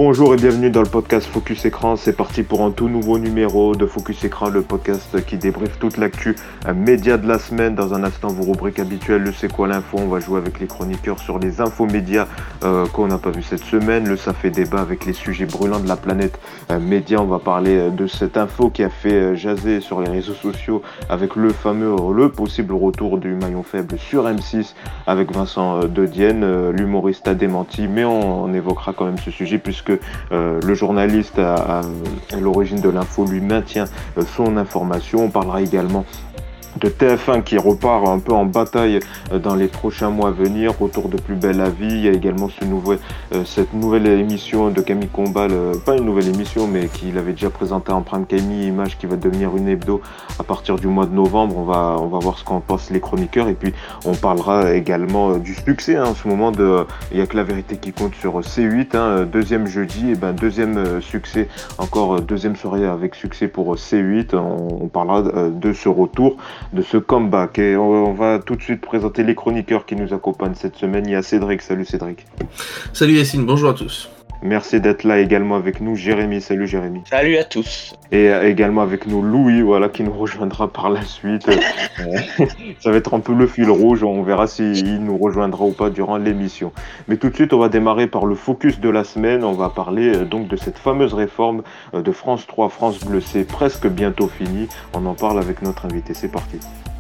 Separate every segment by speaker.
Speaker 1: Bonjour et bienvenue dans le podcast Focus Écran. C'est parti pour un tout nouveau numéro de Focus Écran, le podcast qui débriefe toute l'actu média de la semaine. Dans un instant, vos rubriques habituelles, le C'est quoi l'info. On va jouer avec les chroniqueurs sur les infos médias qu'on n'a pas vu cette semaine. Le Ça fait débat avec les sujets brûlants de la planète média. On va parler de cette info qui a fait jaser sur les réseaux sociaux avec le possible retour du maillon faible sur M6 avec Vincent De Dienne. L'humoriste a démenti, mais on évoquera quand même ce sujet puisque le journaliste à l'origine de l'info lui maintient son information. On parlera également de TF1 qui repart un peu en bataille dans les prochains mois à venir, retour de Plus belle la vie. Il y a également cette nouvelle émission de Camille Combal, pas une nouvelle émission mais qu'il avait déjà présenté en prime Camille Image qui va devenir une hebdo à partir du mois de novembre. On va voir ce qu'en pensent les chroniqueurs et puis on parlera également du succès en ce moment il n'y a que la vérité qui compte sur C8, deuxième jeudi, et deuxième succès, encore deuxième soirée avec succès pour C8. On parlera de ce retour, de ce comeback. Et on va tout de suite présenter les chroniqueurs qui nous accompagnent cette semaine. Il y a Cédric. Salut Cédric.
Speaker 2: Salut Yacine, bonjour à tous.
Speaker 1: Merci d'être là également avec nous. Jérémy, salut Jérémy.
Speaker 3: Salut à tous.
Speaker 1: Et également avec nous Louis, qui nous rejoindra par la suite. Ça va être un peu le fil rouge. On verra s'il nous rejoindra ou pas durant l'émission. Mais tout de suite, on va démarrer par le focus de la semaine. On va parler donc de cette fameuse réforme de France 3, France Bleu. C'est presque bientôt fini. On en parle avec notre invité. C'est parti.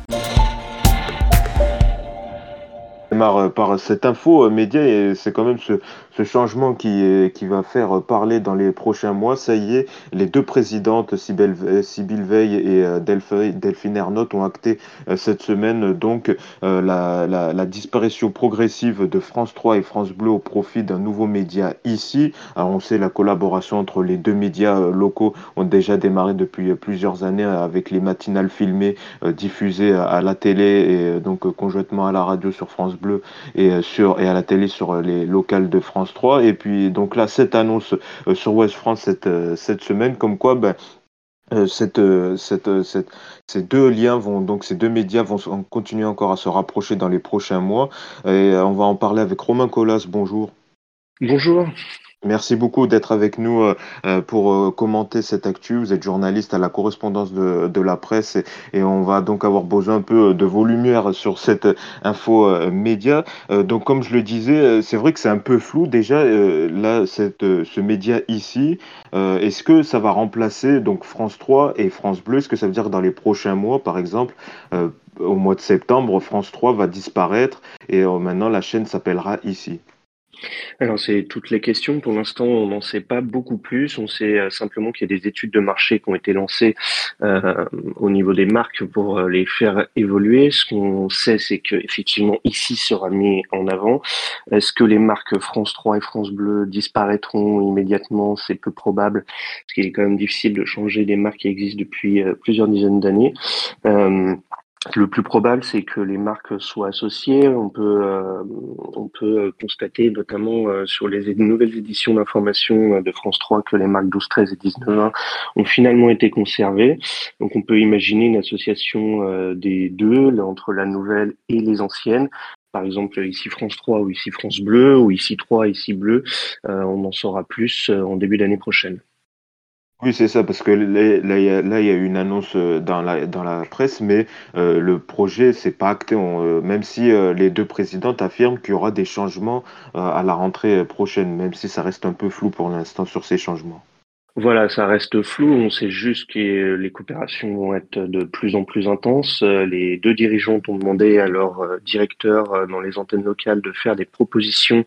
Speaker 1: Démarre par cette info média et c'est quand même ce changement qui va faire parler dans les prochains mois. Ça y est, les deux présidentes, Sybille Veil et Delphine Ernotte, ont acté cette semaine donc la disparition progressive de France 3 et France Bleu au profit d'un nouveau média ici. Alors on sait la collaboration entre les deux médias locaux ont déjà démarré depuis plusieurs années avec les matinales filmées diffusées à la télé et donc conjointement à la radio sur France Bleu et à la télé sur les locales de France 3. Et puis donc là, cette annonce sur Ouest France cette semaine, comme quoi ces deux liens ces deux médias vont continuer encore à se rapprocher dans les prochains mois. Et on va en parler avec Romain Colas. Bonjour.
Speaker 4: Bonjour.
Speaker 1: Merci beaucoup d'être avec nous pour commenter cette actu. Vous êtes journaliste à la correspondance de la presse et on va donc avoir besoin un peu de vos lumières sur cette info média. Donc comme je le disais, c'est vrai que c'est un peu flou déjà là ce média ici. Est-ce que ça va remplacer donc France 3 et France Bleu? Est-ce que ça veut dire que dans les prochains mois, par exemple, au mois de septembre, France 3 va disparaître et maintenant la chaîne s'appellera ici?
Speaker 4: Alors c'est toutes les questions. Pour l'instant, on n'en sait pas beaucoup plus. On sait simplement qu'il y a des études de marché qui ont été lancées au niveau des marques pour les faire évoluer. Ce qu'on sait, c'est que effectivement ici sera mis en avant. Est-ce que les marques France 3 et France Bleu disparaîtront immédiatement? C'est peu probable, parce qu'il est quand même difficile de changer des marques qui existent depuis plusieurs dizaines d'années. Le plus probable, c'est que les marques soient associées. On peut constater notamment sur les nouvelles éditions d'information de France 3 que les marques 12, 13 et 19 ont finalement été conservées. Donc on peut imaginer une association des deux, entre la nouvelle et les anciennes. Par exemple, ici France 3 ou ici France Bleu, ou ici 3, ici Bleu. On en saura plus en début d'année prochaine.
Speaker 1: Oui, c'est ça, parce que là, il y a eu une annonce dans la presse, mais le projet, c'est pas acté. Même si les deux présidentes affirment qu'il y aura des changements à la rentrée prochaine, même si ça reste un peu flou pour l'instant sur ces changements.
Speaker 4: Voilà, ça reste flou. On sait juste que les coopérations vont être de plus en plus intenses. Les deux dirigeantes ont demandé à leur directeur dans les antennes locales de faire des propositions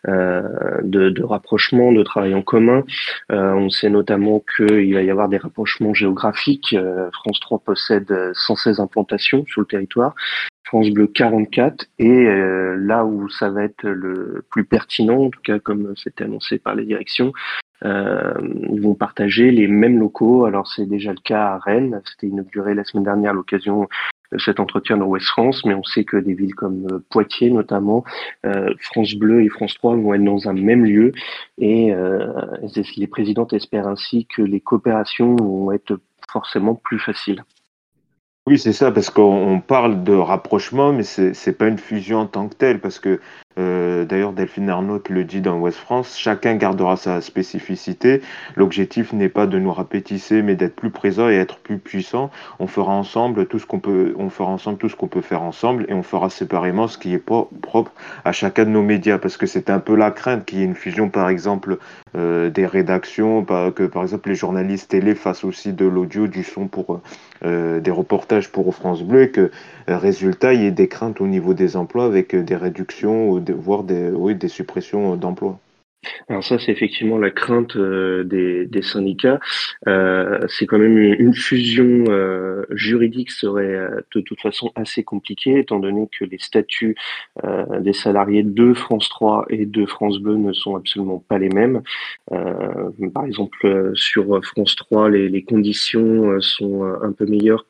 Speaker 4: de rapprochement, de travail en commun. On sait notamment qu'il va y avoir des rapprochements géographiques. France 3 possède 116 implantations sur le territoire. France Bleu 44 et là où ça va être le plus pertinent, en tout cas comme c'était annoncé par les directions, ils vont partager les mêmes locaux. Alors c'est déjà le cas à Rennes, c'était inauguré la semaine dernière à l'occasion de cet entretien dans Ouest France, mais on sait que des villes comme Poitiers notamment, France Bleu et France 3 vont être dans un même lieu et les présidentes espèrent ainsi que les coopérations vont être forcément plus faciles.
Speaker 1: Oui, c'est ça, parce qu'on parle de rapprochement, mais c'est pas une fusion en tant que telle, parce que D'ailleurs, Delphine Ernotte le dit dans Ouest France, chacun gardera sa spécificité. L'objectif n'est pas de nous rapetisser, mais d'être plus présent et être plus puissant. On fera ensemble tout ce qu'on peut faire ensemble et on fera séparément ce qui est propre à chacun de nos médias. Parce que c'est un peu la crainte qu'il y ait une fusion, par exemple, des rédactions, que par exemple les journalistes télé fassent aussi de l'audio, du son pour des reportages pour France Bleu et que résultat, il y a des craintes au niveau des emplois avec des réductions, ou voire oui, des suppressions d'emplois.
Speaker 4: Alors ça, c'est effectivement la crainte des syndicats. C'est quand même une fusion juridique serait de toute façon assez compliquée, étant donné que les statuts des salariés de France 3 et de France Bleu ne sont absolument pas les mêmes. Par exemple, sur France 3, les conditions sont un peu meilleures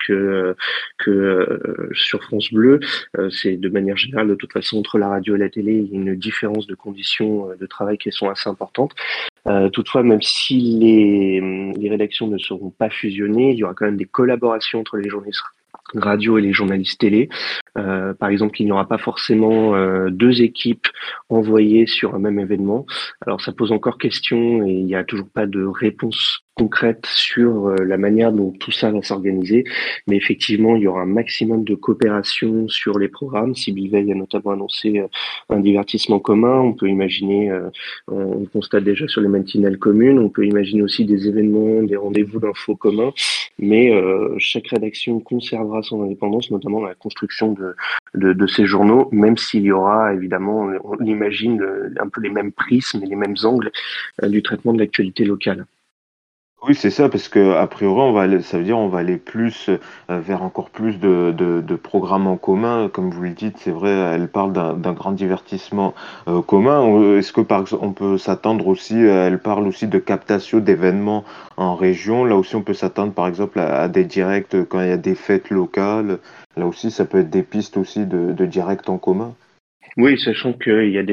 Speaker 4: que sur France Bleu. C'est de manière générale, de toute façon, entre la radio et la télé, il y a une différence de conditions de travail qui sont assez importantes. Toutefois, même si les rédactions ne seront pas fusionnées, il y aura quand même des collaborations entre les journalistes radio et les journalistes télé. Par exemple, il n'y aura pas forcément deux équipes envoyées sur un même événement. Alors ça pose encore question et il n'y a toujours pas de réponse concrète sur la manière dont tout ça va s'organiser. Mais effectivement, il y aura un maximum de coopération sur les programmes. Sybille Veil a notamment annoncé un divertissement commun. On peut imaginer, on constate déjà sur les matinales communes, on peut imaginer aussi des événements, des rendez-vous d'infos communs. Mais chaque rédaction conservera son indépendance, notamment dans la construction de ces journaux, même s'il y aura évidemment, on imagine un peu les mêmes prismes et les mêmes angles du traitement de l'actualité locale.
Speaker 1: Oui, c'est ça, parce que a priori, ça veut dire on va aller plus vers encore plus de programmes en commun. Comme vous le dites, c'est vrai, elle parle d'un grand divertissement commun. Est-ce que par exemple, on peut s'attendre aussi, elle parle aussi de captation d'événements en région. Là aussi, on peut s'attendre par exemple à des directs quand il y a des fêtes locales. Là aussi, ça peut être des pistes aussi de directs en commun.
Speaker 4: Oui, sachant qu'il y a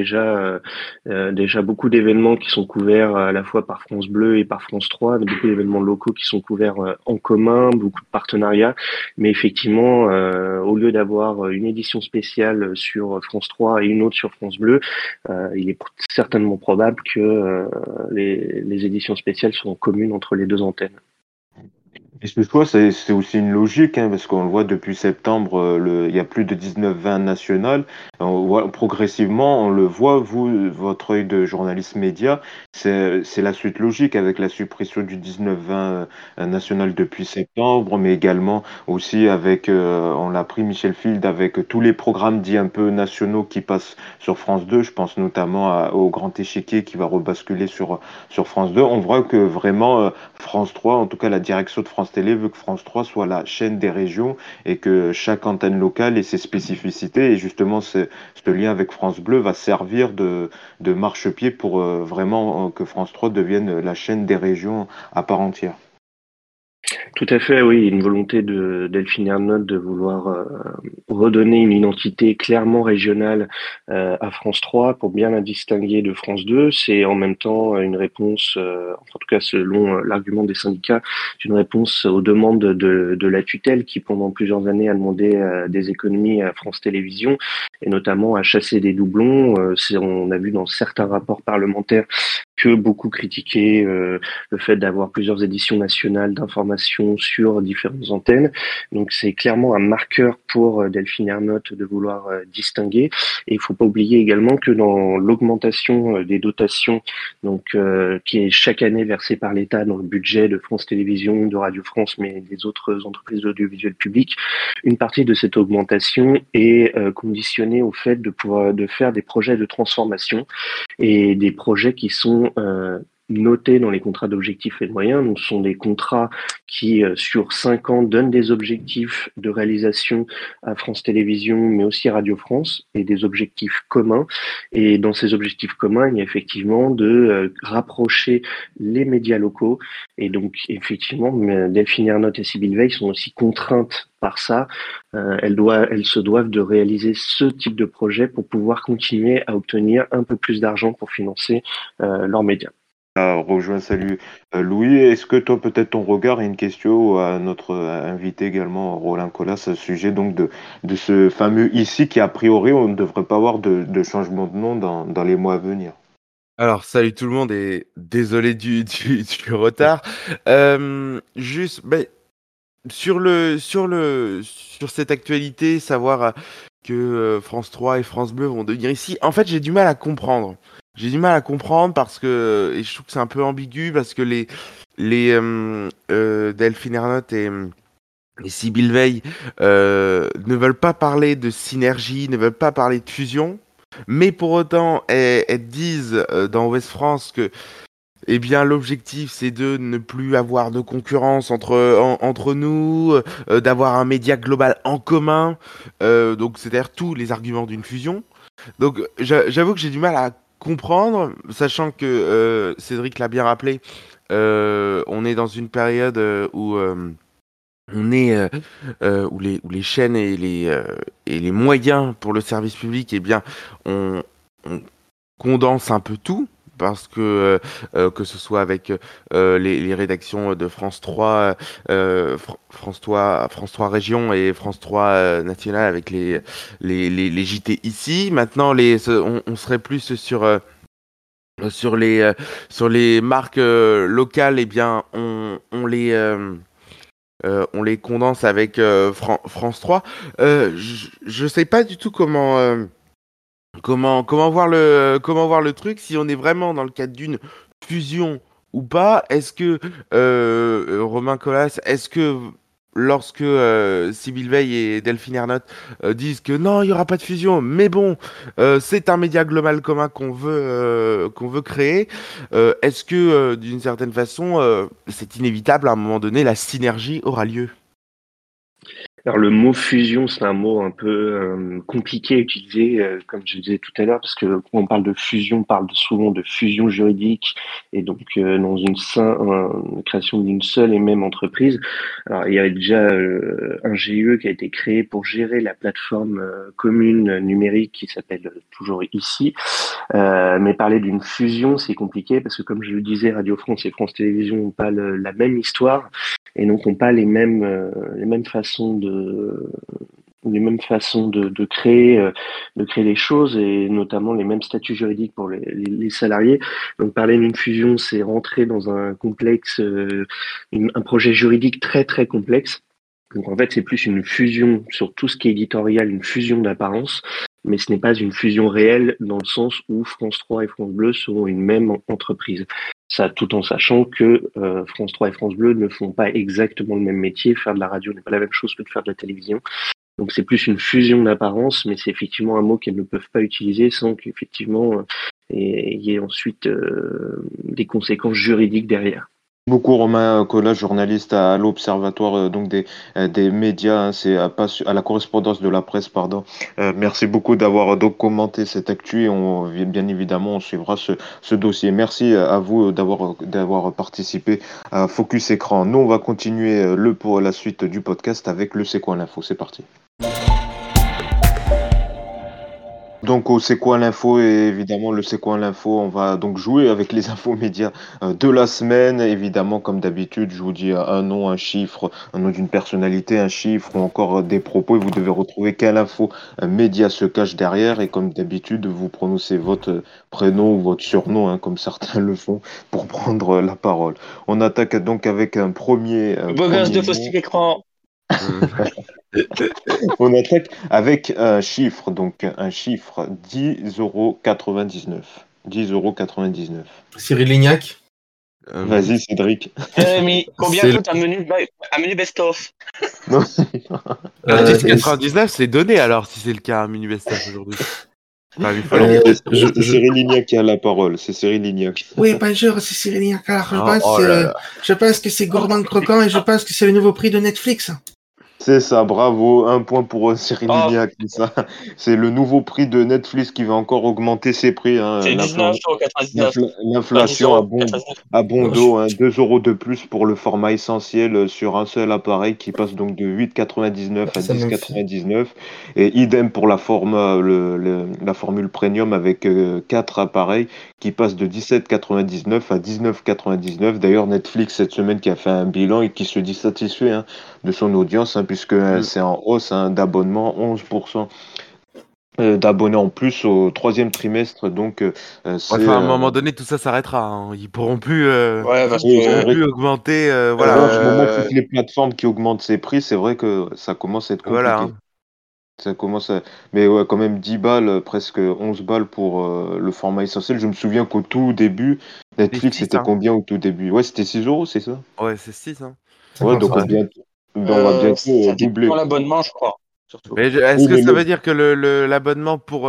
Speaker 4: déjà beaucoup d'événements qui sont couverts à la fois par France Bleu et par France 3, beaucoup d'événements locaux qui sont couverts en commun, beaucoup de partenariats. Mais effectivement, au lieu d'avoir une édition spéciale sur France 3 et une autre sur France Bleu, il est certainement probable que les éditions spéciales seront communes entre les deux antennes.
Speaker 1: Et ce choix, c'est aussi une logique, hein, parce qu'on le voit depuis septembre, il y a plus de 19-20 nationales. On voit, progressivement, on le voit, vous, votre œil de journaliste média, c'est la suite logique avec la suppression du 19-20 national depuis septembre, mais également aussi avec, on l'a pris Michel Field, avec tous les programmes dits un peu nationaux qui passent sur France 2. Je pense notamment au Grand Échiquier qui va rebasculer sur France 2. On voit que vraiment, France 3, en tout cas la direction de France Télé, veut que France 3 soit la chaîne des régions et que chaque antenne locale ait ses spécificités. Et justement, ce lien avec France Bleu va servir de marchepied pour vraiment que France 3 devienne la chaîne des régions à part entière.
Speaker 4: Tout à fait, oui, une volonté de Delphine Ernotte de vouloir redonner une identité clairement régionale à France 3 pour bien la distinguer de France 2. C'est en même temps une réponse, en tout cas selon l'argument des syndicats, c'est une réponse aux demandes de la tutelle qui pendant plusieurs années a demandé des économies à France Télévisions et notamment à chasser des doublons. On a vu dans certains rapports parlementaires que beaucoup critiquaient le fait d'avoir plusieurs éditions nationales d'information sur différentes antennes. Donc c'est clairement un marqueur pour Delphine Ernotte de vouloir distinguer. Et il faut pas oublier également que dans l'augmentation des dotations, donc qui est chaque année versée par l'État dans le budget de France Télévisions, de Radio France, mais des autres entreprises audiovisuelles publiques, une partie de cette augmentation est conditionnée au fait de faire des projets de transformation et des projets qui sont notés dans les contrats d'objectifs et de moyens. Donc, ce sont des contrats qui, sur 5 ans, donnent des objectifs de réalisation à France Télévisions, mais aussi à Radio France, et des objectifs communs. Et dans ces objectifs communs, il y a effectivement de rapprocher les médias locaux. Et donc, effectivement, Delphine Ernotte et Sybille Veil sont aussi contraintes par ça. Elles se doivent de réaliser ce type de projet pour pouvoir continuer à obtenir un peu plus d'argent pour financer leurs médias.
Speaker 1: rejoint. Salut Louis. Est-ce que toi, peut-être ton regard et une question à notre invité également, Roland Colas, à ce sujet donc de ce fameux ici qui, a priori, on ne devrait pas avoir de changement de nom dans les mois à venir.
Speaker 3: Alors, salut tout le monde et désolé du retard. Juste, sur cette actualité, savoir que France 3 et France Bleu vont devenir ici, en fait, j'ai du mal à comprendre. J'ai du mal à comprendre parce que, et je trouve que c'est un peu ambigu parce que Delphine Ernotte et Sybille Veil ne veulent pas parler de synergie, ne veulent pas parler de fusion. Mais pour autant, elles disent dans Ouest France que eh bien, l'objectif, c'est de ne plus avoir de concurrence entre nous, d'avoir un média global en commun. Donc, c'est-à-dire tous les arguments d'une fusion. Donc, j'avoue que j'ai du mal à comprendre, sachant que Cédric l'a bien rappelé, on est dans une période où où les chaînes et les moyens pour le service public, eh bien, on condense un peu tout. Parce que ce soit avec les rédactions de France 3, France 3 Région et France 3 National avec les JT ici. Maintenant, on serait plus sur les marques locales, eh bien, on les condense avec France 3. Je sais pas du tout comment voir le truc, si on est vraiment dans le cadre d'une fusion ou pas. Est-ce que Romain Colas, est-ce que lorsque Sybille Veil et Delphine Ernotte disent que non, il n'y aura pas de fusion, mais bon, c'est un média global commun qu'on veut créer, est-ce que d'une certaine façon, c'est inévitable, à un moment donné, la synergie aura lieu?
Speaker 4: Alors le mot fusion, c'est un mot un peu compliqué à utiliser, comme je disais tout à l'heure, parce que quand on parle de fusion, on parle souvent de fusion juridique, et donc dans une création d'une seule et même entreprise. Alors il y avait déjà un GIE qui a été créé pour gérer la plateforme commune numérique qui s'appelle toujours ici. Mais parler d'une fusion, c'est compliqué parce que comme je le disais, Radio France et France Télévisions n'ont pas la même histoire et donc n'ont pas les mêmes façons de créer les choses et notamment les mêmes statuts juridiques pour les salariés. Donc parler d'une fusion, c'est rentrer dans un complexe, un projet juridique très très complexe. Donc en fait, c'est plus une fusion sur tout ce qui est éditorial, une fusion d'apparence, mais ce n'est pas une fusion réelle dans le sens où France 3 et France Bleu seront une même entreprise. Ça, tout en sachant que France 3 et France Bleu ne font pas exactement le même métier. Faire de la radio n'est pas la même chose que de faire de la télévision. Donc c'est plus une fusion d'apparence, mais c'est effectivement un mot qu'elles ne peuvent pas utiliser sans qu'effectivement il y ait ensuite des conséquences juridiques derrière.
Speaker 1: Beaucoup Romain Colas, journaliste à l'Observatoire donc des médias, hein, c'est à la correspondance de la presse, pardon. Merci beaucoup d'avoir donc commenté cette actu et bien évidemment on suivra ce dossier. Merci à vous d'avoir participé à Focus Écran. Nous on va continuer pour la suite du podcast avec le C'est quoi l'info. C'est parti. Donc C'est quoi l'info, et évidemment le C'est quoi l'info, on va donc jouer avec les infos médias de la semaine. Évidemment, comme d'habitude, je vous dis un nom, un chiffre, un nom d'une personnalité, un chiffre ou encore des propos, et vous devez retrouver quelle info média se cache derrière. Et comme d'habitude, vous prononcez votre prénom ou votre surnom, hein, comme certains le font, pour prendre la parole. On attaque donc avec un premier
Speaker 5: Beau gosse de
Speaker 1: mot.
Speaker 5: Faustier Écran.
Speaker 1: On attaque avec un chiffre, donc un chiffre 10,99 €. 10,99 €.
Speaker 2: Cyril Lignac.
Speaker 1: Vas-y, Cédric.
Speaker 5: Combien
Speaker 2: C'est
Speaker 5: coûte un menu best-of?
Speaker 1: Non,
Speaker 3: 10,99, c'est donné alors, si c'est le cas, un menu best-of aujourd'hui. Pas une fois.
Speaker 1: c'est Cyril Lignac qui a la parole. C'est Cyril Lignac.
Speaker 6: Oui, bonjour, c'est Cyril Lignac. Alors,
Speaker 3: Oh là là.
Speaker 6: je pense que c'est gourmand croquant et je pense que c'est le nouveau prix de Netflix.
Speaker 1: C'est ça, bravo. Un point pour Cyril
Speaker 5: Oh,
Speaker 1: Lignac. C'est le nouveau prix de Netflix qui va encore augmenter ses prix, hein.
Speaker 5: c'est 19,99 €. Enfin, 10
Speaker 1: L'inflation
Speaker 5: euros. 99.
Speaker 1: a bon
Speaker 2: Non,
Speaker 1: dos, hein. 2 euros de plus pour le format essentiel sur un seul appareil qui passe donc de 8,99 à
Speaker 2: ça me fait.
Speaker 1: 10,99. Et idem pour la formule premium avec 4 appareils qui passe de 17,99 à 19,99. D'ailleurs, Netflix cette semaine qui a fait un bilan et qui se dit satisfait, hein, de son audience, hein, puisque c'est en hausse, hein, d'abonnement, 11% d'abonnés en plus au troisième trimestre. Donc, c'est.
Speaker 3: Enfin, à un moment donné, tout ça s'arrêtera, hein. Ils pourront plus,
Speaker 5: Ouais, parce
Speaker 1: Oui, c'est
Speaker 3: pourront
Speaker 5: que.
Speaker 1: vrai.
Speaker 3: plus augmenter,
Speaker 1: C'est vrai, en ce
Speaker 3: voilà,
Speaker 1: moment, toutes les plateformes qui augmentent ses prix, c'est vrai que ça commence à être
Speaker 3: voilà,
Speaker 1: compliqué.
Speaker 3: hein.
Speaker 1: Ça commence à... Mais ouais, quand même 10 balles, presque 11 balles pour le format essentiel. Je me souviens qu'au tout début,
Speaker 3: C'est
Speaker 1: Netflix,
Speaker 3: 6,
Speaker 1: c'était
Speaker 3: hein.
Speaker 1: combien au tout début? Ouais, c'était 6 euros, c'est ça?
Speaker 3: Ouais, c'est 6, hein.
Speaker 1: Ouais,
Speaker 2: D'accord,
Speaker 1: donc
Speaker 2: ça.
Speaker 1: on va bientôt
Speaker 5: Ça dépend
Speaker 1: doubler.
Speaker 5: de l'abonnement, je crois. Surtout.
Speaker 3: Mais est-ce
Speaker 1: Oui,
Speaker 3: que ça veut dire que l'abonnement pour,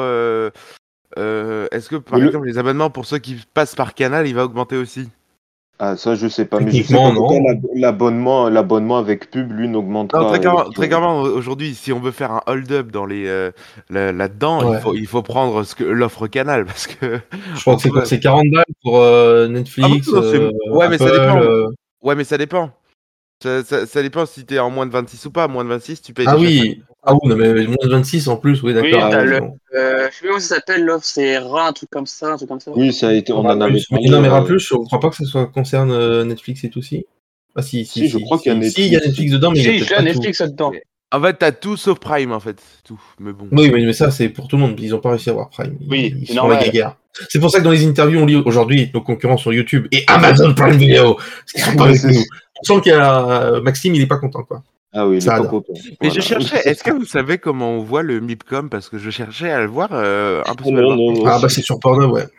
Speaker 3: est-ce que
Speaker 1: mais
Speaker 3: par exemple les abonnements pour ceux qui passent par Canal, il va augmenter aussi?
Speaker 1: Ah, ça, je sais pas. Mais je sais
Speaker 2: Techniquement,
Speaker 1: qu'en tout cas,
Speaker 2: non.
Speaker 1: l'abonnement avec pub, lui,
Speaker 3: Non,
Speaker 1: n'augmentera.
Speaker 3: très clairement, aujourd'hui, si on veut faire un hold-up dans là-dedans,
Speaker 2: Ouais.
Speaker 3: il faut prendre l'offre Canal parce que
Speaker 2: Je crois
Speaker 3: en
Speaker 2: que c'est
Speaker 3: soi.
Speaker 2: quoi? C'est 40 balles pour
Speaker 3: Ah bon,
Speaker 2: Netflix,
Speaker 3: non, ouais, mais ça
Speaker 2: Apple.
Speaker 3: dépend. Ouais, mais ça dépend. Ça dépend si t'es en moins de 26 ou pas. Moins de 26, tu payes
Speaker 2: Ah
Speaker 3: déjà 5.
Speaker 2: oui. Ah oui, non, mais moins de 26 en plus, oui,
Speaker 5: Oui,
Speaker 2: d'accord.
Speaker 1: Ah
Speaker 2: Ah
Speaker 5: t'as
Speaker 2: ouais,
Speaker 1: oui,
Speaker 2: c'est
Speaker 5: le.
Speaker 2: bon.
Speaker 5: Je sais plus comment ça s'appelle, l'offre, c'est RA, un truc comme ça, un truc comme ça.
Speaker 1: oui, ça a été, on en avait
Speaker 2: Plus. Mais
Speaker 1: parlé.
Speaker 2: non, mais plus, je crois pas que ça concerne Netflix et tout, si. Ah si, si,
Speaker 1: Si, je
Speaker 2: si,
Speaker 1: crois qu'il y a
Speaker 2: si. Si, il y a
Speaker 1: Netflix.
Speaker 2: Netflix dedans, mais il y a
Speaker 5: Si,
Speaker 2: peut-être
Speaker 5: j'ai
Speaker 2: pas
Speaker 5: un
Speaker 2: tout.
Speaker 5: Netflix là-dedans.
Speaker 3: En fait, t'as tout sauf Prime, en fait. Tout. Mais bon.
Speaker 2: Oui, mais ça, c'est pour tout le monde. Ils ont pas réussi à avoir Prime.
Speaker 5: Oui,
Speaker 2: Ils
Speaker 5: c'est
Speaker 2: sont la
Speaker 5: normal.
Speaker 2: guéguerre. C'est pour ça que dans les interviews, on lit aujourd'hui nos concurrents sur YouTube et Amazon Prime Video, parce qu'ils sont pas
Speaker 1: Ouais,
Speaker 2: avec
Speaker 1: c'est
Speaker 2: nous.
Speaker 1: ça.
Speaker 2: On sent qu'il y a Maxime, il est pas content, quoi.
Speaker 1: Ah oui, il est
Speaker 2: Ça
Speaker 1: pas
Speaker 2: adore.
Speaker 1: content.
Speaker 3: Mais je
Speaker 1: Voilà.
Speaker 3: cherchais, est-ce que vous savez comment on voit le MIPCOM? Parce que je cherchais à le voir, impossible à le
Speaker 1: Non,
Speaker 3: voir.
Speaker 1: non, non.
Speaker 2: Ah bah c'est sur Pornhub, ouais.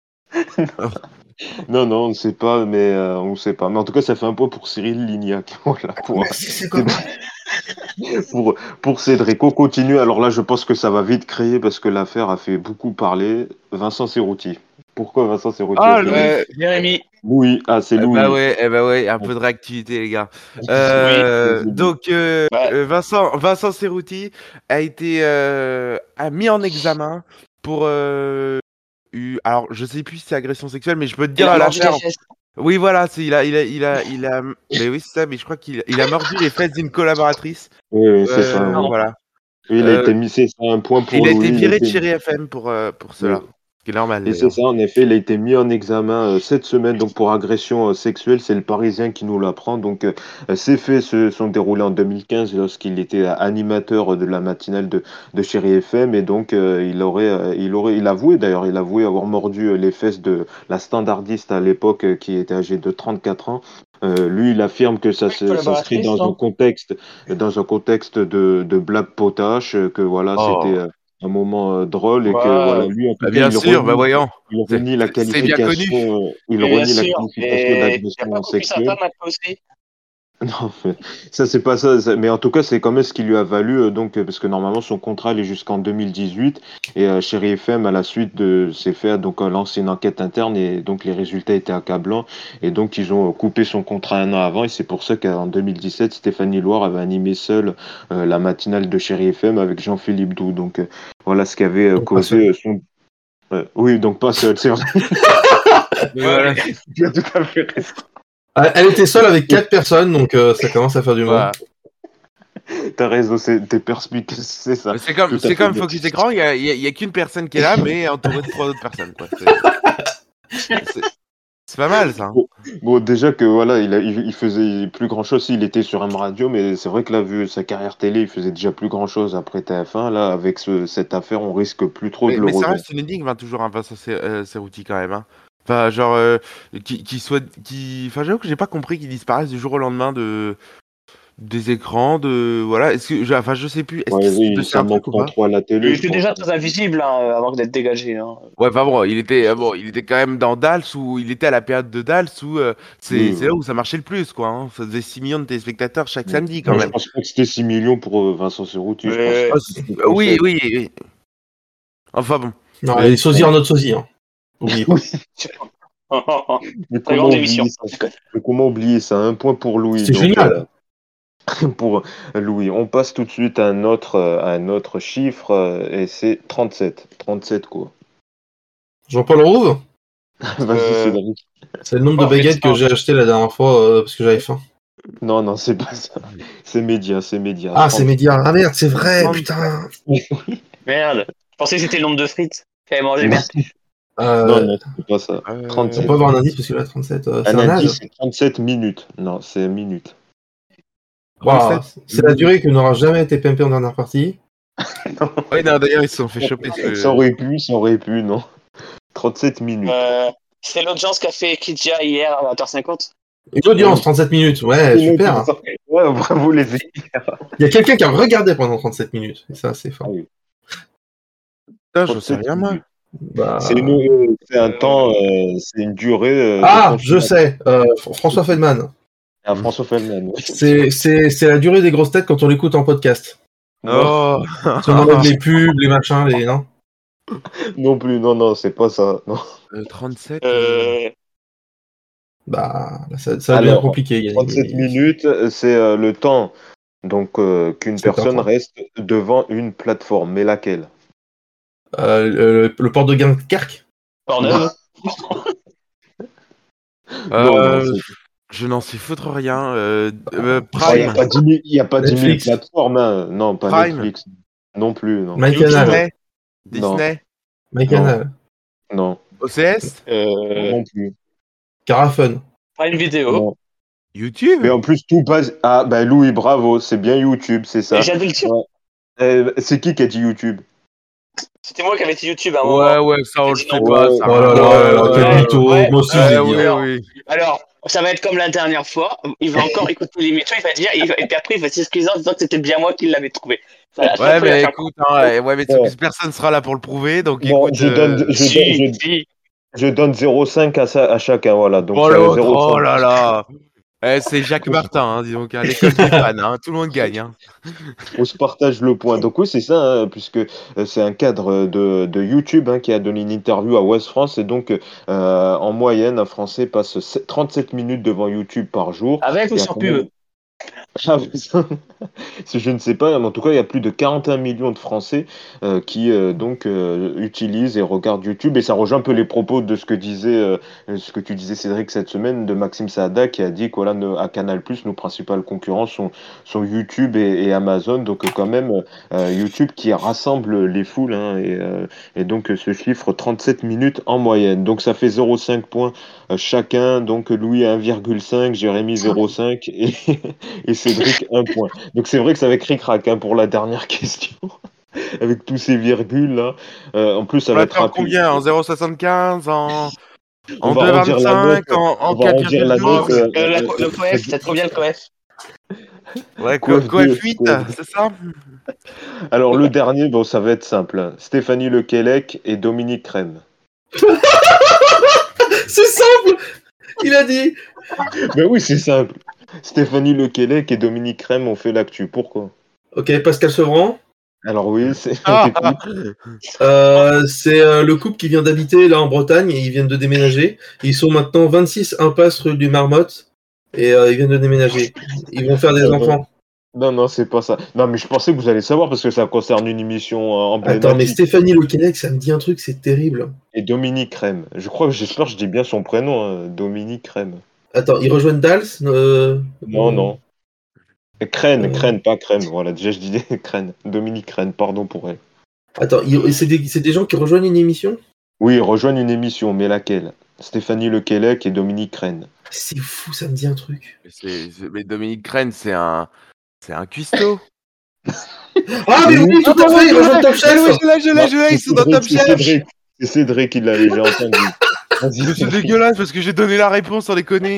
Speaker 1: Non, non, on ne sait pas, mais on ne sait pas. Mais en tout cas, ça fait un point pour Cyril Lignac. Voilà,
Speaker 2: C'est quoi?
Speaker 1: pour Cédric. On continue. Alors là, je pense que ça va vite créer parce que l'affaire a fait beaucoup parler. Vincent Cerruti. Pourquoi Vincent Cerruti a
Speaker 3: Ah,
Speaker 1: fait
Speaker 3: Louis!
Speaker 5: Jérémy.
Speaker 1: Louis? Ah, c'est Louis.
Speaker 3: Eh bah ouais, un peu de réactivité, les gars.
Speaker 5: Oui.
Speaker 1: Désolé.
Speaker 3: Donc,
Speaker 5: Ouais.
Speaker 3: Vincent Cerruti a mis en examen pour, alors, je sais plus si c'est agression sexuelle, mais je peux te
Speaker 5: Il
Speaker 3: dire
Speaker 5: a mordu
Speaker 3: l'affaire.
Speaker 5: les fesses.
Speaker 3: Oui, voilà, mais oui, c'est ça, mais je crois qu'il a mordu les fesses d'une collaboratrice.
Speaker 1: Oui, oui, c'est ça. Oui.
Speaker 5: Non.
Speaker 3: Voilà.
Speaker 1: Oui, il a
Speaker 3: Euh,
Speaker 1: été mis, c'est ça, un point pour
Speaker 3: il a été
Speaker 1: Louis.
Speaker 3: viré de Chéri FM pour
Speaker 1: Oui.
Speaker 3: cela. Ce qui est normal,
Speaker 1: Et c'est
Speaker 3: d'ailleurs.
Speaker 1: ça, en effet, il a été mis en examen cette semaine donc pour agression sexuelle. C'est le Parisien qui nous l'apprend. Donc, ces faits se sont déroulés en 2015 lorsqu'il était animateur de la matinale de Chéri FM. Et donc, il avoué d'ailleurs, il avoué avoir mordu les fesses de la standardiste à l'époque qui était âgée de 34 ans. Lui, il affirme que ça s'inscrit
Speaker 5: Collaboratrice, non?
Speaker 1: dans un contexte de blague potache, que voilà, c'était
Speaker 5: Oh.
Speaker 1: un moment drôle et que voilà,
Speaker 5: Ouais.
Speaker 1: lui en tout
Speaker 3: Bah,
Speaker 1: cas
Speaker 3: bien sûr, bah voyons. C'est
Speaker 1: il
Speaker 5: Mais bien
Speaker 1: renie la
Speaker 5: sûr.
Speaker 1: qualification
Speaker 5: Et il a pas
Speaker 1: d'agression
Speaker 5: coupé sa
Speaker 1: sexuelle.
Speaker 5: femme après aussi.
Speaker 1: Non, mais ça c'est pas ça, mais en tout cas c'est quand même ce qui lui a valu parce que normalement son contrat il est jusqu'en 2018 et Chéri FM à la suite de ces faits donc lancé une enquête interne et donc les résultats étaient accablants et donc ils ont coupé son contrat un an avant et c'est pour ça qu'en 2017 Stéphanie Loire avait animé seule la matinale de Chéri FM avec Jean-Philippe Doux donc voilà ce qui avait
Speaker 2: Donc pas seul.
Speaker 1: causé son oui, donc pas seul, c'est vrai.
Speaker 3: Mais
Speaker 5: Ouais,
Speaker 3: voilà.
Speaker 5: mais
Speaker 1: Tu as tout à fait raison.
Speaker 2: Elle était seule avec 4 personnes, donc ça commence à faire du
Speaker 3: Voilà.
Speaker 2: monde.
Speaker 1: T'as raison, t'es perspicace, c'est ça.
Speaker 3: Mais C'est
Speaker 1: Tout à fait
Speaker 3: comme
Speaker 1: bien.
Speaker 3: Focus Écran, il y a qu'une personne qui est là, mais entourée de 3 autres personnes, quoi. C'est pas mal, ça, hein.
Speaker 1: Bon, déjà que voilà, il faisait plus grand chose. Il était sur M Radio, mais c'est vrai que là, vu sa carrière télé, il faisait déjà plus grand chose après TF1. Là, avec cette affaire, on risque plus trop de le
Speaker 3: Mais ça
Speaker 1: revoir.
Speaker 3: reste une énigme, hein, toujours un Vincent Cerruti, quand même, hein. Enfin, genre, enfin, j'avoue que j'ai pas compris qu'il disparaisse du jour au lendemain des écrans, voilà. Enfin, je sais plus, est-ce
Speaker 1: Ouais,
Speaker 3: qu'il s'est
Speaker 1: oui,
Speaker 3: passé
Speaker 1: ça
Speaker 3: un truc
Speaker 1: manque
Speaker 3: ou
Speaker 1: pas
Speaker 3: pas?
Speaker 1: trop à la
Speaker 5: il
Speaker 1: télé, je
Speaker 5: était
Speaker 1: pense.
Speaker 5: déjà très invisible hein, avant d'être dégagé. Hein.
Speaker 3: Ouais, enfin bon, il était quand même dans Dals, où il était à la période de Dals, où
Speaker 1: Oui,
Speaker 3: c'est là où ça marchait le plus, quoi, hein. Ça faisait 6 millions de téléspectateurs chaque samedi, quand
Speaker 1: non, je
Speaker 3: même.
Speaker 1: pense pas que c'était 6 millions pour Vincent Cerruti. Je pense
Speaker 5: Mais
Speaker 3: Ah,
Speaker 1: que c'était plus
Speaker 3: oui,
Speaker 1: 7.
Speaker 3: oui, oui. Enfin bon.
Speaker 2: Non, les sosies en notre sosie, hein. Oubliez pas.
Speaker 1: Mais
Speaker 5: très
Speaker 1: comment
Speaker 5: grande émission.
Speaker 1: oublier ça? Mais comment oublier ça? Un point pour Louis.
Speaker 2: C'était
Speaker 1: Donc,
Speaker 2: génial.
Speaker 1: pour Louis. On passe tout de suite à un autre chiffre et c'est 37. 37 quoi.
Speaker 2: Jean-Paul Rouve,
Speaker 1: Vas-y, Cédric.
Speaker 2: c'est le nombre de baguettes que j'ai acheté la dernière fois parce que j'avais faim.
Speaker 1: Non, c'est pas ça. C'est média.
Speaker 2: Ah, c'est média. Ah merde, c'est vrai,
Speaker 3: 30.
Speaker 2: putain.
Speaker 5: Merde. Je pensais que c'était le nombre de frites qu'avait mangé. Merde.
Speaker 1: Non, c'est pas ça.
Speaker 2: On
Speaker 1: 37.
Speaker 2: peut avoir un indice parce que là, 37, c'est
Speaker 1: Un
Speaker 2: un âge.
Speaker 1: indice, c'est 37 minutes. Non, c'est minutes.
Speaker 2: Wow, c'est la durée que n'aura jamais été pimpé en dernière partie.
Speaker 3: Ouais, non, d'ailleurs, ils se sont fait choper.
Speaker 1: Ça aurait pu, non. 37 minutes.
Speaker 5: C'est l'audience qu'a fait Kidja hier à 20h50.
Speaker 2: Une audience, 37 minutes. Ouais, super. Hein.
Speaker 1: Ouais, bravo les amis.
Speaker 2: Il y a quelqu'un qui a regardé pendant 37 minutes. Et ça, c'est fort.
Speaker 1: Ah oui.
Speaker 3: Putain, je sais rien, moi.
Speaker 2: Bah...
Speaker 1: C'est un temps, c'est une durée.
Speaker 2: Ah, je sais. François Feldman.
Speaker 1: Ah, François Feldman.
Speaker 2: C'est la durée des grosses têtes quand on l'écoute en podcast.
Speaker 3: Oh.
Speaker 2: Si on enlève les pubs, les machins, les... Non.
Speaker 1: Non plus, non, c'est pas ça. Non.
Speaker 3: 37.
Speaker 2: Bah, ça devient
Speaker 1: Alors,
Speaker 2: compliqué.
Speaker 1: 37 minutes, c'est le temps donc qu'une
Speaker 2: C'est
Speaker 1: personne
Speaker 2: parfait.
Speaker 1: reste devant une plateforme. Mais laquelle?
Speaker 2: Le port de Dunkerque.
Speaker 5: Pornhub.
Speaker 1: Non,
Speaker 3: Je n'en sais foutre rien.
Speaker 1: il
Speaker 3: Prime.
Speaker 1: n'y a pas 10 000
Speaker 2: Netflix.
Speaker 1: plateformes. Hein. Non, pas
Speaker 3: Prime.
Speaker 1: Netflix. Non plus, non.
Speaker 2: MyCanal.
Speaker 3: Disney.
Speaker 2: MyCanal.
Speaker 1: Non.
Speaker 3: OCS.
Speaker 1: Non plus.
Speaker 2: Carafun.
Speaker 5: Prime Vidéo.
Speaker 1: Non.
Speaker 3: YouTube.
Speaker 1: Mais en plus, tout passe. Ah, ben Louis, bravo, c'est bien YouTube, c'est ça.
Speaker 5: Et j'ai dit le dire.
Speaker 1: C'est qui a dit YouTube?
Speaker 5: C'était moi qui avais dit YouTube à un moment.
Speaker 3: Ouais, ça on le fait
Speaker 1: Ouais,
Speaker 3: pas. Ça.
Speaker 2: Oh là, quel mytho.
Speaker 5: ouais.
Speaker 2: Moi aussi, j'ai dit.
Speaker 3: Oui.
Speaker 5: Alors, ça va être comme la dernière fois. Il va encore écouter l'émission, il va dire, et puis après, il va s'excuser en disant que c'était bien moi qui l'avais trouvé. Ça,
Speaker 3: Ouais, mais
Speaker 5: faire...
Speaker 3: écoute, hein, personne sera là pour le prouver, donc
Speaker 1: Bon,
Speaker 3: écoute.
Speaker 1: je donne 0,5 à chacun, voilà. Donc,
Speaker 3: Oh, l'autre,
Speaker 1: 0,5.
Speaker 3: oh là là. C'est Jacques Martin, hein, dis donc, à l'école des fans, hein, tout le monde gagne. Hein.
Speaker 1: On se partage le point. Donc oui, c'est ça, hein, puisque c'est un cadre de YouTube hein, qui a donné une interview à Ouest France. Et donc, en moyenne, un Français passe 37 minutes devant YouTube par jour.
Speaker 5: Avec ou
Speaker 1: Il y a
Speaker 5: sans
Speaker 1: quand
Speaker 5: pub
Speaker 1: même- Ah, mais ça, je ne sais pas, mais en tout cas, il y a plus de 41 millions de Français qui utilisent et regardent YouTube. Et ça rejoint un peu les propos de ce que tu disais, Cédric, cette semaine, de Maxime Saada, qui a dit que voilà, à Canal+, nos principales concurrents sont YouTube et Amazon. Donc quand même, YouTube qui rassemble les foules. Hein, et donc ce chiffre, 37 minutes en moyenne. Donc ça fait 0,5 points chacun. Donc Louis 1,5, Jérémy 0,5 et Cédric 1 point. Donc c'est vrai que ça va être ric-rac hein, pour la dernière question. Avec tous ces virgules là. En plus, ça
Speaker 3: On
Speaker 1: va
Speaker 3: va
Speaker 1: être
Speaker 3: faire
Speaker 1: rapide.
Speaker 3: combien? En 0,75?
Speaker 1: On
Speaker 3: En
Speaker 1: va arrondir la note.
Speaker 3: 2,25? En
Speaker 1: On va arrondir la note.
Speaker 3: 4,12?
Speaker 5: Le coef, ça te convient le coef?
Speaker 3: Ouais,
Speaker 1: Coef
Speaker 3: Coef 8,
Speaker 1: Coef.
Speaker 3: c'est ça?
Speaker 1: Alors le dernier, bon, ça va être simple. Hein. Stéphanie Lequelec et Dominique Crème.
Speaker 2: C'est simple. Il a dit.
Speaker 1: Ben oui, c'est simple. Stéphanie Lequelec et Dominique Crème ont fait l'actu. Pourquoi?
Speaker 2: Ok, Pascal Sevran.
Speaker 1: Alors oui, c'est
Speaker 3: Ah.
Speaker 2: C'est le couple qui vient d'habiter là en Bretagne et ils viennent de déménager. Ils sont maintenant 26 impasse rue du Marmotte et ils viennent de déménager. Ils vont faire des enfants.
Speaker 1: Non, c'est pas ça. Non, mais je pensais que vous allez savoir parce que ça concerne une émission emblématique.
Speaker 2: Attends, mais Stéphanie Lequelec, ça me dit un truc, c'est terrible.
Speaker 1: Et Dominique Crème. J'espère que je dis bien son prénom, hein. Dominique Crème.
Speaker 2: Attends, ils rejoignent Dals
Speaker 1: Non. Et Crème, pas Crème. Voilà, déjà je disais Crème. Dominique Crème, pardon pour elle.
Speaker 2: Attends, c'est des gens qui rejoignent une émission?
Speaker 1: Oui, ils rejoignent une émission, mais laquelle? Stéphanie Lequelec et Dominique Crème.
Speaker 2: C'est fou, ça me dit un truc.
Speaker 3: Mais Dominique Crène, c'est un cuistot.
Speaker 2: Ah, mais oui, tout à fait, ils rejoignent Top Chef.
Speaker 3: Je l'ai, ils sont dans Top Chef.
Speaker 1: C'est Cédric qui l'avait, j'ai entendu. Vas-y,
Speaker 3: C'est dégueulasse parce que j'ai donné la réponse sans déconner.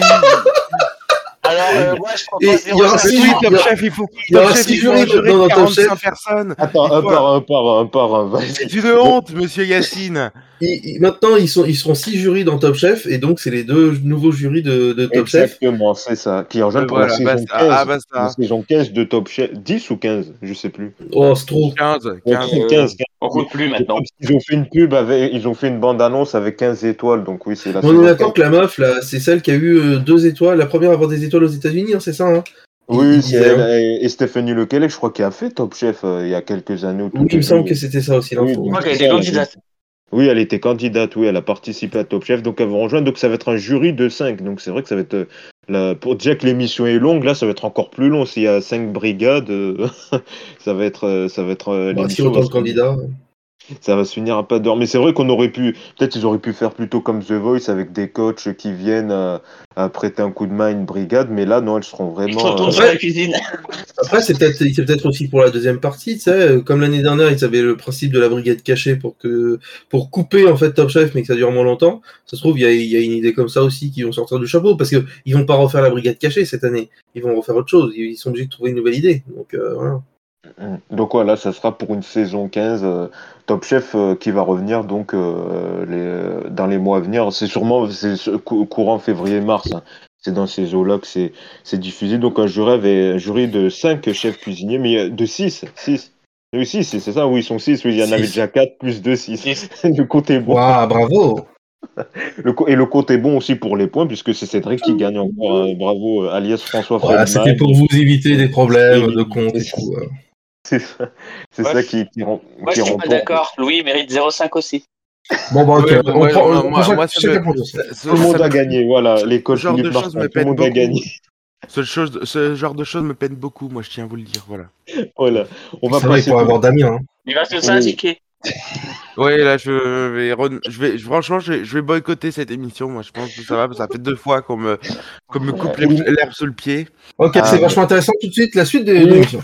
Speaker 5: Alors, moi, je
Speaker 2: Et
Speaker 5: propose
Speaker 2: il y aura
Speaker 5: 0,5.
Speaker 2: six-
Speaker 3: Oui, Top Chef, il faut.
Speaker 2: il y aura
Speaker 3: Top Chef,
Speaker 2: 6
Speaker 3: il faut
Speaker 2: jurys
Speaker 3: jurer
Speaker 2: dans Top
Speaker 3: 45
Speaker 2: Chef.
Speaker 3: personnes.
Speaker 1: Attends, un par un, vas-y.
Speaker 3: C'est une honte, monsieur Yacine.
Speaker 2: Maintenant, ils seront 6 jurys dans Top Chef, et donc c'est les 2 nouveaux jurys de Top Chef.
Speaker 1: Exactement, c'est ça. Qui rejoignent pour
Speaker 3: Voilà,
Speaker 1: la saison 15.
Speaker 3: basta.
Speaker 1: La saison 15 de Top Chef. 10 ou 15, je sais plus.
Speaker 2: Oh, c'est trop.
Speaker 3: 15.
Speaker 1: 15.
Speaker 5: On compte plus maintenant.
Speaker 1: Ils ont fait une pub ils ont fait une bande-annonce avec 15 étoiles, donc oui, c'est la
Speaker 2: On
Speaker 1: saison
Speaker 2: est d'accord
Speaker 1: 15.
Speaker 2: que la meuf, là, c'est celle qui a eu 2 étoiles, la première à avoir des étoiles aux États-Unis, hein, c'est ça, hein?
Speaker 1: Oui,
Speaker 2: il
Speaker 1: c'est
Speaker 2: disait. Hein.
Speaker 1: elle et Stéphanie Lequelec, je crois, qui a fait Top Chef il y a quelques années au tout
Speaker 2: Oui, il me semble
Speaker 1: début.
Speaker 2: que c'était ça aussi
Speaker 1: Oui,
Speaker 2: l'info.
Speaker 5: Je
Speaker 1: donc
Speaker 5: crois
Speaker 1: c'est
Speaker 5: qu'elle
Speaker 1: ça,
Speaker 5: était candidate.
Speaker 1: Oui, elle était candidate, oui, elle a participé à Top Chef, donc elles vont rejoindre, donc ça va être un jury de 5. Donc c'est vrai que ça va être, pour déjà que l'émission est longue, là ça va être encore plus long, s'il y a 5 brigades,
Speaker 2: Bah, si
Speaker 1: l'émission va
Speaker 2: autant de
Speaker 1: se finir.
Speaker 2: candidats.
Speaker 1: Ça va se finir à pas d'heure. Mais c'est vrai qu'on aurait pu, peut-être ils auraient pu faire plutôt comme The Voice avec des coachs qui viennent à prêter un coup de main à une brigade, mais là non, elles seront
Speaker 5: Ils se
Speaker 1: vraiment.
Speaker 5: retournent sur la cuisine.
Speaker 2: Après, c'est peut-être aussi pour la deuxième partie, tu sais, comme l'année dernière, ils avaient le principe de la brigade cachée pour couper en fait Top Chef, mais que ça dure moins longtemps. Ça se trouve, il y a une idée comme ça aussi qui vont sortir du chapeau, parce que ils vont pas refaire la brigade cachée cette année. Ils vont refaire autre chose. Ils sont obligés de trouver une nouvelle idée. Donc voilà.
Speaker 1: Donc voilà, ça sera pour une saison 15 Top Chef qui va revenir donc dans les mois à venir. Courant février-mars. Hein. C'est dans ces eaux-là que c'est diffusé. Donc un jury de 5 chefs cuisiniers, mais de 6. 6. Oui, 6, c'est ça, oui, ils sont 6. Oui, il y en avait
Speaker 2: 6.
Speaker 1: déjà 4 plus 2, 6.
Speaker 5: Six.
Speaker 1: Le compte est bon.
Speaker 2: Waouh, bravo!
Speaker 1: Et le compte est bon aussi pour les points, puisque c'est Cédric qui gagne encore. Hein. Bravo, alias François
Speaker 2: Voilà, c'était
Speaker 1: Feldman.
Speaker 2: pour vous éviter des problèmes de
Speaker 1: Éliminé.
Speaker 2: compte et tout.
Speaker 1: C'est ça, c'est
Speaker 5: Moi,
Speaker 1: ça
Speaker 5: je, moi,
Speaker 1: qui
Speaker 5: je suis pas
Speaker 1: remporte.
Speaker 5: d'accord. Louis mérite 0,5 aussi.
Speaker 2: Bon, bah, ok,
Speaker 3: Ouais, mais
Speaker 2: on prend
Speaker 3: moi, ça
Speaker 2: chacun
Speaker 3: me,
Speaker 2: pour nous.
Speaker 3: ça-
Speaker 1: Tout le monde a gagné, voilà.
Speaker 3: ce
Speaker 1: L'école
Speaker 3: genre de
Speaker 1: Philippe
Speaker 3: choses
Speaker 1: Martin,
Speaker 3: me
Speaker 1: tout le
Speaker 3: peine
Speaker 1: monde a
Speaker 3: beaucoup.
Speaker 1: gagné.
Speaker 3: Ce genre de choses me peine beaucoup, moi je tiens à vous le dire, voilà.
Speaker 1: Voilà. On va
Speaker 2: Ça va, il
Speaker 1: passer
Speaker 2: faut
Speaker 1: tout.
Speaker 2: avoir Damien. Hein.
Speaker 5: Il va se
Speaker 1: Oui.
Speaker 5: syndiquer.
Speaker 3: Ouais, là franchement, je vais boycotter cette émission, moi je pense que ça va, parce que ça fait 2 fois qu'on me coupe l'herbe sous le pied.
Speaker 2: Ok,
Speaker 1: Ah,
Speaker 2: c'est vachement intéressant. Tout de suite, la suite de
Speaker 1: oui.
Speaker 2: l'émission.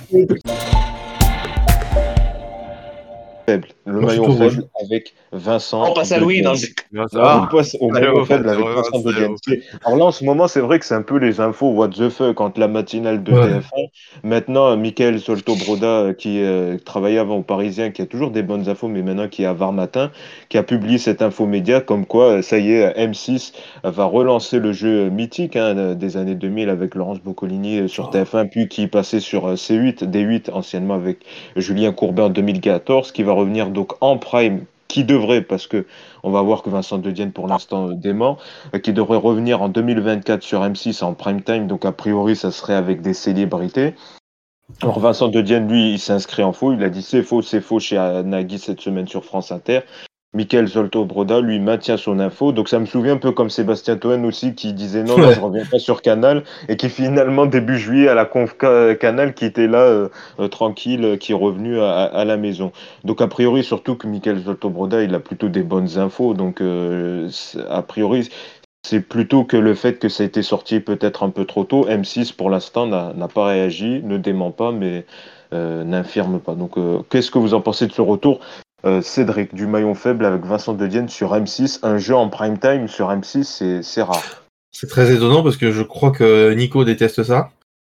Speaker 1: Faible. Le
Speaker 2: Moi, je suis
Speaker 1: maillon
Speaker 2: tout rouge.
Speaker 1: faible avec Vincent
Speaker 5: On passe à
Speaker 1: de
Speaker 5: Louis. Non,
Speaker 1: Dienne. Là, on passe au maillon
Speaker 3: salaud,
Speaker 1: faible avec
Speaker 3: vraiment un
Speaker 1: Vincent de Dienne.
Speaker 3: salaud.
Speaker 1: Alors là, en ce moment, c'est vrai que c'est un peu les infos what the fuck entre la matinale de
Speaker 2: Ouais.
Speaker 1: TF1. Maintenant, Michael Solto-Broda, qui travaillait avant au Parisien, qui a toujours des bonnes infos, mais maintenant qui est à Var Matin, qui a publié cette info média comme quoi, ça y est, M6 va relancer le jeu mythique hein, des années 2000 avec Laurence Boccolini sur TF1, puis qui passait sur C8, D8, anciennement avec Julien Courbet en 2014, qui va revenir donc en prime, qui devrait, parce que on va voir que Vincent De Dienne pour l'instant dément, qui devrait revenir en 2024 sur M6 en prime time, donc a priori ça serait avec des célébrités. Alors Vincent De Dienne, lui, il s'inscrit en faux, il a dit c'est faux chez Nagui cette semaine sur France Inter. Michael Zolto-Broda, lui, maintient son info. Donc ça me souvient un peu comme Sébastien Toen aussi qui disait non, je
Speaker 2: Ouais.
Speaker 1: reviens pas sur Canal et qui finalement début juillet à la conf Canal qui était là tranquille, qui est revenu à la maison. Donc a priori surtout que Michael Zolto-Broda, il a plutôt des bonnes infos. Donc a priori c'est plutôt que le fait que ça a été sorti peut-être un peu trop tôt. M6 pour l'instant n'a pas réagi, ne dément pas, mais n'infirme pas. Donc qu'est-ce que vous en pensez de ce retour? Cédric, du maillon faible avec Vincent De Dienne sur M6, un jeu en prime time sur M6, c'est rare.
Speaker 2: C'est très étonnant parce que je crois que Nico déteste ça.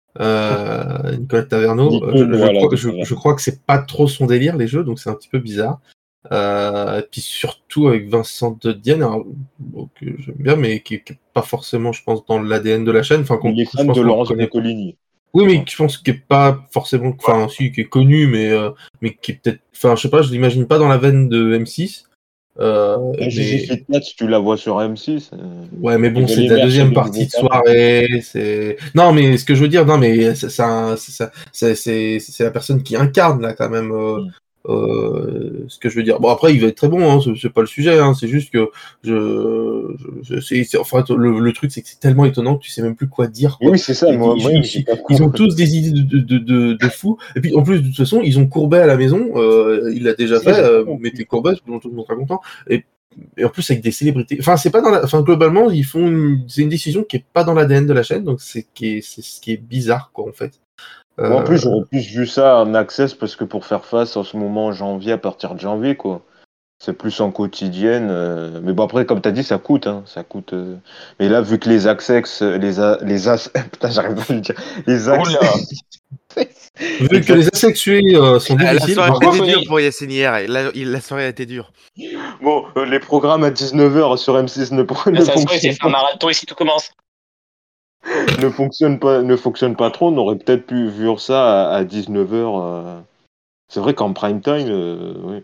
Speaker 2: Nicolas Taverneau.
Speaker 1: Nico,
Speaker 2: Je,
Speaker 1: voilà,
Speaker 2: crois,
Speaker 1: de
Speaker 2: je crois que c'est pas trop son délire, les jeux, donc c'est un petit peu bizarre. Et puis surtout avec Vincent De Dienne, alors, que j'aime bien, mais qui est pas forcément, je pense, dans l'ADN de la chaîne. Enfin,
Speaker 1: Il est
Speaker 2: je
Speaker 1: fan
Speaker 2: pense
Speaker 1: de
Speaker 2: qu'on le
Speaker 1: Laurence
Speaker 2: connaît.
Speaker 1: Boccolini.
Speaker 2: Oui, mais je pense qu'il est pas forcément, enfin, si, qui est connu, mais qui est peut-être, enfin, je sais pas, je l'imagine pas dans la veine de M6.
Speaker 1: Gigi
Speaker 2: Mais
Speaker 1: Fitness, tu la vois sur M6.
Speaker 2: ouais, mais bon,
Speaker 1: Ils
Speaker 2: c'est de
Speaker 1: veulent
Speaker 2: la
Speaker 1: émerger
Speaker 2: deuxième
Speaker 1: le
Speaker 2: partie
Speaker 1: nouveau
Speaker 2: de
Speaker 1: talent.
Speaker 2: soirée. C'est non, mais ce que je veux dire, non, mais c'est la personne qui incarne là quand même. Ce que je veux dire. Bon, après, il va être très bon, hein, c'est pas le sujet. Hein, c'est juste que enfin, le truc, c'est que c'est tellement étonnant que tu sais même plus quoi dire, quoi.
Speaker 1: Oui, c'est ça, moi, j'ai pas
Speaker 2: Ils ont
Speaker 1: compris.
Speaker 2: tous des idées de fous. Et puis, en plus, de toute façon, ils ont Courbet à la maison. Il l'a déjà
Speaker 1: Si,
Speaker 2: fait.
Speaker 1: j'ai pas compris.
Speaker 2: Mettez Courbet, tout le monde sera content. Et en plus avec des célébrités. Enfin, c'est pas dans la. Enfin, globalement, c'est une décision qui est pas dans l'ADN de la chaîne, donc c'est ce qui est bizarre, quoi, en fait.
Speaker 1: Moi, en plus, j'aurais plus vu ça en access parce que pour faire face en ce moment en janvier, à partir de janvier, quoi. C'est plus en quotidienne. Mais bon, après, comme tu as dit, ça coûte. Hein, ça coûte. Mais là, vu que les access, putain, j'arrive pas à le dire. Les access.
Speaker 5: Oula.
Speaker 2: Vu que les asexués sont
Speaker 3: La
Speaker 2: difficiles.
Speaker 3: soirée
Speaker 2: Par
Speaker 3: a
Speaker 2: contre,
Speaker 3: été dure pour Yacine hier. La soirée a été dure.
Speaker 1: Bon, les programmes à 19h sur M6 ne
Speaker 5: Ça se voit, il s'est fait un marathon ici, tout commence.
Speaker 1: ne fonctionnent pas trop. On aurait peut-être pu voir ça à 19h. C'est vrai qu'en prime time, oui.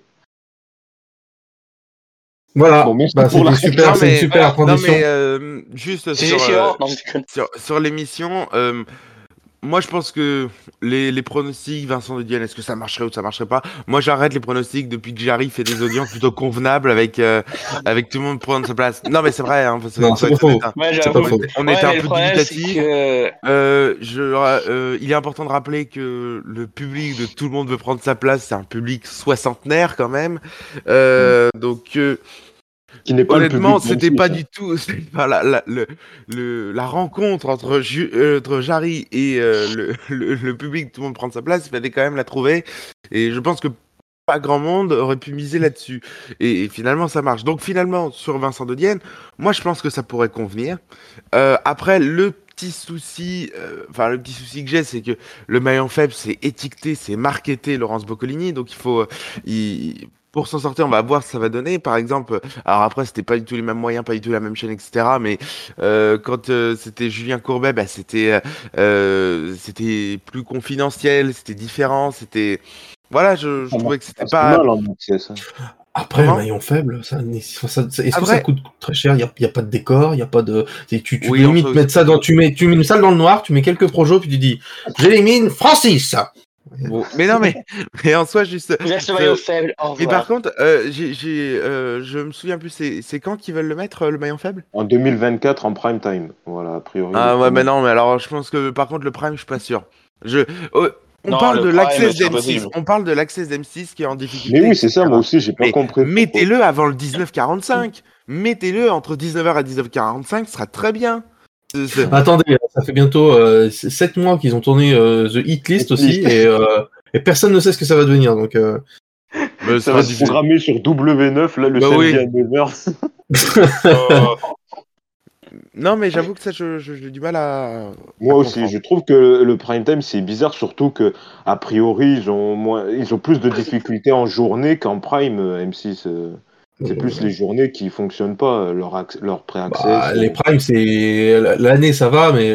Speaker 2: voilà.
Speaker 1: Bon, merci
Speaker 2: Bah,
Speaker 1: pour la
Speaker 2: c'était super.
Speaker 3: Non,
Speaker 2: C'est une
Speaker 3: mais-
Speaker 2: super
Speaker 5: voilà.
Speaker 3: Non
Speaker 2: transition.
Speaker 3: mais juste
Speaker 5: C'est chiant. Non, je déconne.
Speaker 3: sur l'émission, moi, je pense que les pronostics, Vincent de Dienne, est-ce que ça marcherait ou ça marcherait pas? Moi, j'arrête les pronostics depuis que Jarry fait des audiences plutôt convenables avec tout le monde prendre sa place. Non, mais c'est vrai, hein,
Speaker 2: Non, c'est pas faux.
Speaker 5: Ouais,
Speaker 2: C'est pas
Speaker 5: j'avoue.
Speaker 2: faux.
Speaker 3: on
Speaker 5: Ouais,
Speaker 3: était
Speaker 5: mais
Speaker 3: un
Speaker 5: le
Speaker 3: peu
Speaker 5: problème, c'est
Speaker 3: dubitatif.
Speaker 5: que.
Speaker 3: Il est important de rappeler que le public de tout le monde veut prendre sa place, c'est un public soixantenaire quand même. Donc,
Speaker 1: Qui n'est pas
Speaker 3: honnêtement,
Speaker 1: le public
Speaker 3: c'était
Speaker 1: même
Speaker 3: pas
Speaker 1: si,
Speaker 3: du tout c'était pas la rencontre entre Jarry et le public, tout le monde prendre sa place, il fallait quand même la trouver. Et je pense que pas grand monde aurait pu miser là-dessus. Et finalement, ça marche. Donc finalement, sur Vincent de Dienne, moi je pense que ça pourrait convenir. Après, le petit souci que j'ai, c'est que le maillon faible, c'est étiqueté, c'est marketé Laurence Boccolini. Donc pour s'en sortir, on va voir ce que ça va donner. Par exemple, alors après, c'était pas du tout les mêmes moyens, pas du tout la même chaîne, etc. Mais quand c'était Julien Courbet, bah, c'était plus confidentiel, c'était différent, c'était... Voilà, je trouvais que c'était
Speaker 1: c'est
Speaker 3: pas...
Speaker 1: mal en accès, ça.
Speaker 2: Après, le
Speaker 3: Comment
Speaker 2: maillon faible, est-ce que
Speaker 3: Après-
Speaker 2: ça coûte très cher? Il y a pas de décor, il y a pas de. Tu
Speaker 3: Oui,
Speaker 2: peux limite
Speaker 3: on
Speaker 2: mettre ça tu mets une salle dans le noir, tu mets quelques projos, puis tu dis j'élimine Francis.
Speaker 3: Bon, mais non, mais en soi, juste...
Speaker 5: Laisse le maillot faible. Au
Speaker 3: Mais par
Speaker 5: revoir.
Speaker 3: contre, je me souviens plus, c'est quand qu'ils veulent le mettre, le maillon faible?
Speaker 1: En 2024, en prime time. Voilà, a priori. le
Speaker 3: Ah ouais, mais
Speaker 1: premier.
Speaker 3: non, mais alors je pense que par contre, le Prime, je suis pas sûr. Je... oh, on
Speaker 5: Non,
Speaker 3: parle
Speaker 5: le
Speaker 3: de
Speaker 5: Prime,
Speaker 3: l'access
Speaker 5: c'est
Speaker 3: d'M6.
Speaker 5: impossible.
Speaker 3: On parle de l'access d'M6 qui est en difficulté.
Speaker 1: Mais oui, c'est ça,
Speaker 3: etc.
Speaker 1: moi aussi, j'ai pas
Speaker 3: Mais
Speaker 1: compris. pourquoi.
Speaker 3: mettez-le avant le 19h45. Mettez-le entre 19h et 19h45, ce sera très bien.
Speaker 2: Attendez, ça fait bientôt 7 mois qu'ils ont tourné The Hit List aussi, et personne ne sait ce que ça va devenir. Donc,
Speaker 3: Mais
Speaker 1: Ça va se programmer sur W9, là, le
Speaker 3: Bah
Speaker 1: samedi
Speaker 3: oui.
Speaker 1: à 9h.
Speaker 3: Non, mais j'avoue que ça, j'ai du mal à.
Speaker 1: Moi
Speaker 3: à
Speaker 1: aussi,
Speaker 3: comprendre.
Speaker 1: je trouve que le prime time, c'est bizarre, surtout que a priori, ils ont plus de difficultés en journée qu'en prime, M6. C'est plus les journées qui fonctionnent pas, leur pré-access.
Speaker 2: les primes, c'est l'année, ça va, mais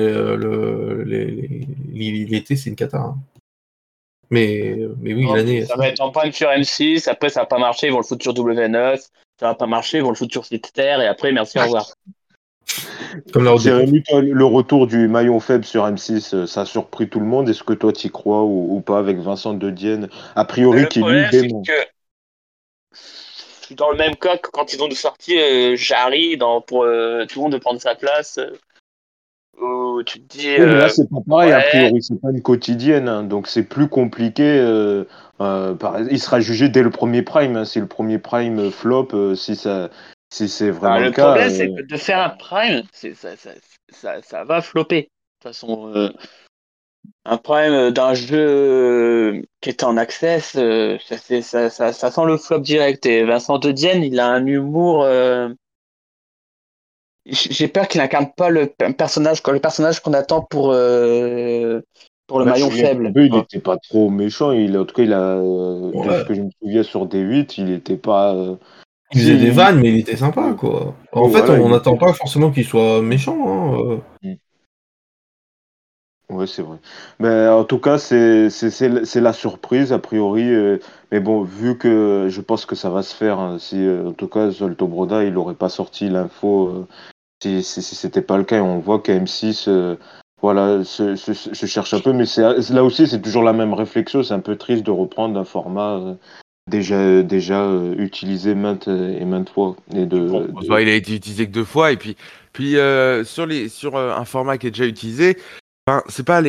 Speaker 2: l'été, c'est une cata. Hein. Mais oui,
Speaker 5: Non,
Speaker 2: l'année.
Speaker 5: ça va être en prime sur M6, après ça va pas marcher, ils vont le foutre sur W9, ça va pas marcher, ils vont le foutre sur Site Terre, et après merci, au revoir.
Speaker 2: Comme la route des
Speaker 1: Jérémy, toi, le retour du maillon faible sur M6, ça a surpris tout le monde. Est-ce que toi, t'y crois ou pas avec Vincent De Dienne, a priori,
Speaker 5: Le
Speaker 1: qui est lui
Speaker 5: problème, c'est
Speaker 1: dément.
Speaker 5: que je suis dans le même cas que quand ils ont sorti Jarry pour tout le monde de prendre sa place. Où tu te dis.
Speaker 1: Oui, mais là, c'est pas pareil, a
Speaker 5: ouais.
Speaker 1: priori, c'est pas une quotidienne, hein, donc c'est plus compliqué. Il sera jugé dès le premier prime, hein, si le premier prime flop, si c'est vraiment
Speaker 5: le
Speaker 1: le cas.
Speaker 5: problème, c'est que de faire un prime, ça va flopper. De toute façon, un prime d'un jeu qui est en access, ça sent le flop direct. Et Vincent De Dienne, il a un humour. J'ai peur qu'il n'incarne pas le personnage qu'on attend pour le
Speaker 1: Bah,
Speaker 5: maillon
Speaker 1: Julien
Speaker 5: faible.
Speaker 1: Courbet, il était pas trop méchant. En tout cas, de ce que je me souviens sur D8, il était pas.
Speaker 2: Il faisait des vannes, mais il était sympa, quoi. En fait,
Speaker 1: voilà,
Speaker 2: on
Speaker 1: il
Speaker 2: n'attend
Speaker 1: était-
Speaker 2: pas forcément qu'il soit méchant. Hein.
Speaker 1: Ouais, c'est vrai. Mais en tout cas, c'est la surprise, a priori. Mais bon, vu que je pense que ça va se faire, hein, si en tout cas, Zolto Broda, il aurait pas sorti l'info si c'était pas le cas. Et on voit qu'M6, voilà, se cherche un peu. Mais là aussi, c'est toujours la même réflexion. C'est un peu triste de reprendre un format déjà utilisé maintes et maintes fois.
Speaker 3: Enfin, il a été utilisé que 2 fois. Et puis sur un format qui est déjà utilisé, enfin,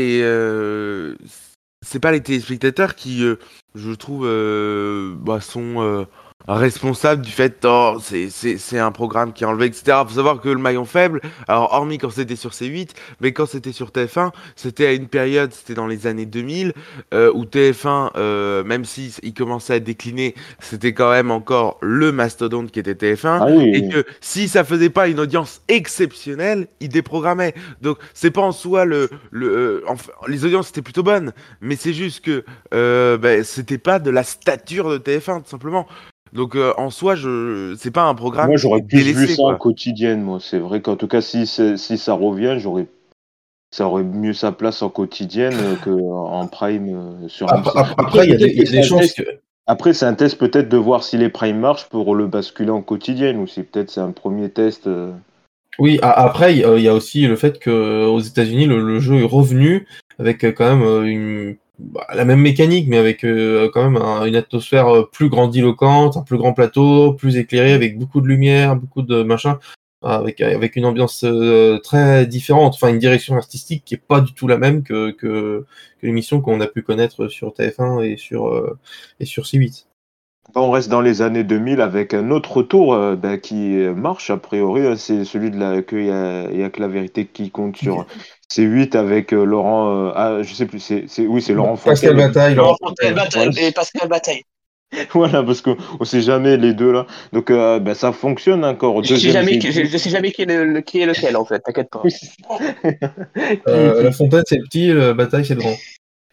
Speaker 3: c'est pas les téléspectateurs qui, je trouve, sont responsables du fait, oh, c'est un programme qui est enlevé, etc. Faut savoir que le maillon faible, alors hormis quand c'était sur C8, mais quand c'était sur TF1, c'était à une période, c'était dans les années 2000, où TF1, même si il commençait à décliner, c'était quand même encore le mastodonte qui était TF1,
Speaker 1: Ah oui,
Speaker 3: et que si ça faisait pas une audience exceptionnelle, il déprogrammait. Donc c'est pas en soi enfin, les audiences étaient plutôt bonnes, mais c'est juste que c'était pas de la stature de TF1 tout simplement. Donc en soi, c'est pas un programme
Speaker 1: moi,
Speaker 3: qui
Speaker 1: j'aurais
Speaker 3: est
Speaker 1: plus vu
Speaker 3: délaissé,
Speaker 1: ça en
Speaker 3: quoi.
Speaker 1: quotidienne, moi. C'est vrai qu'en tout cas, si ça revient, ça aurait mieux sa place en quotidienne qu'en prime sur M6.
Speaker 2: Après, il y a
Speaker 1: peut-être que
Speaker 2: des chances que.
Speaker 1: Après, c'est un test peut-être de voir si les primes marchent pour le basculer en quotidienne ou si peut-être c'est un premier test.
Speaker 2: Oui, après, il y a aussi le fait qu'aux États-Unis, le jeu est revenu quand même la même mécanique, mais avec quand même une atmosphère plus grandiloquente, un plus grand plateau, plus éclairé, avec beaucoup de lumière, beaucoup de machin, avec une ambiance très différente, enfin une direction artistique qui est pas du tout la même que l'émission qu'on a pu connaître sur TF1 et sur C8.
Speaker 1: On reste dans les années 2000 avec un autre retour qui marche a priori, c'est celui que il y a que la vérité qui compte sur C8 avec Laurent, je sais plus, c'est Laurent
Speaker 2: Pascal
Speaker 1: Fontaine.
Speaker 2: Bataille,
Speaker 5: Laurent Fontaine
Speaker 1: Voilà.
Speaker 5: et Pascal Bataille.
Speaker 1: Voilà, parce qu'on sait jamais les deux là. Donc ça fonctionne encore.
Speaker 5: Je sais
Speaker 1: Deuxième
Speaker 5: jamais,
Speaker 1: jeudi.
Speaker 5: je sais jamais qui est lequel en fait, t'inquiète pas.
Speaker 2: La Fontaine c'est le petit, Bataille c'est le grand.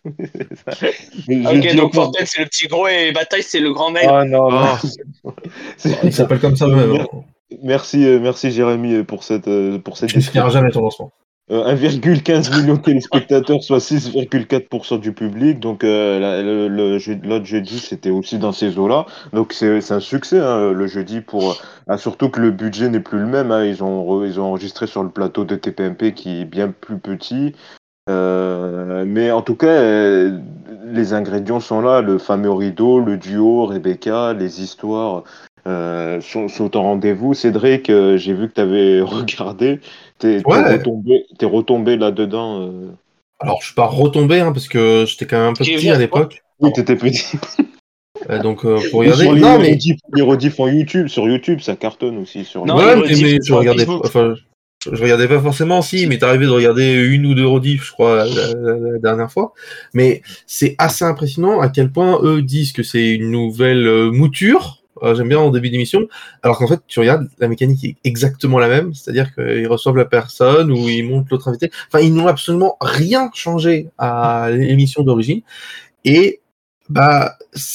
Speaker 5: Ok, donc Fontaine c'est le petit gros et Bataille c'est le grand maigre.
Speaker 1: Ah non, non.
Speaker 3: Oh,
Speaker 2: Il s'appelle comme ça même.
Speaker 1: Merci Jérémy pour cette
Speaker 2: Je ne finirai jamais ton lancement.
Speaker 1: 1,15 million de téléspectateurs, soit 6,4% du public. Donc l'autre jeudi, c'était aussi dans ces eaux-là. Donc c'est un succès hein, le jeudi surtout que le budget n'est plus le même. Hein. Ils ont enregistré sur le plateau de TPMP qui est bien plus petit. Mais en tout cas, les ingrédients sont là. Le fameux rideau, le duo, Rebecca, les histoires sont au rendez-vous. Cédric, j'ai vu que tu avais regardé. T'es
Speaker 2: Ouais.
Speaker 1: retombé là-dedans.
Speaker 2: Alors je suis pas retombé parce que j'étais quand même un peu
Speaker 5: Tu
Speaker 2: petit à
Speaker 5: viens,
Speaker 2: l'époque.
Speaker 1: Oui, t'étais petit.
Speaker 2: Donc pour
Speaker 1: Et sur
Speaker 2: regarder. Non mais
Speaker 1: les rediffs en YouTube, sur YouTube, ça cartonne aussi. Sur
Speaker 5: Non,
Speaker 1: YouTube.
Speaker 5: il
Speaker 2: ouais,
Speaker 5: rediff
Speaker 2: mais je
Speaker 5: sur
Speaker 2: regardais.
Speaker 5: Facebook.
Speaker 2: Enfin, je regardais pas forcément. Si, il m'est arrivé de regarder une ou deux rediffs, je crois, la dernière fois. Mais c'est assez impressionnant à quel point eux disent que c'est une nouvelle mouture. J'aime bien en début d'émission, alors qu'en fait, tu regardes, la mécanique est exactement la même, c'est-à-dire qu'ils reçoivent la personne ou ils montent l'autre invité. Enfin, ils n'ont absolument rien changé à l'émission d'origine. Et bah,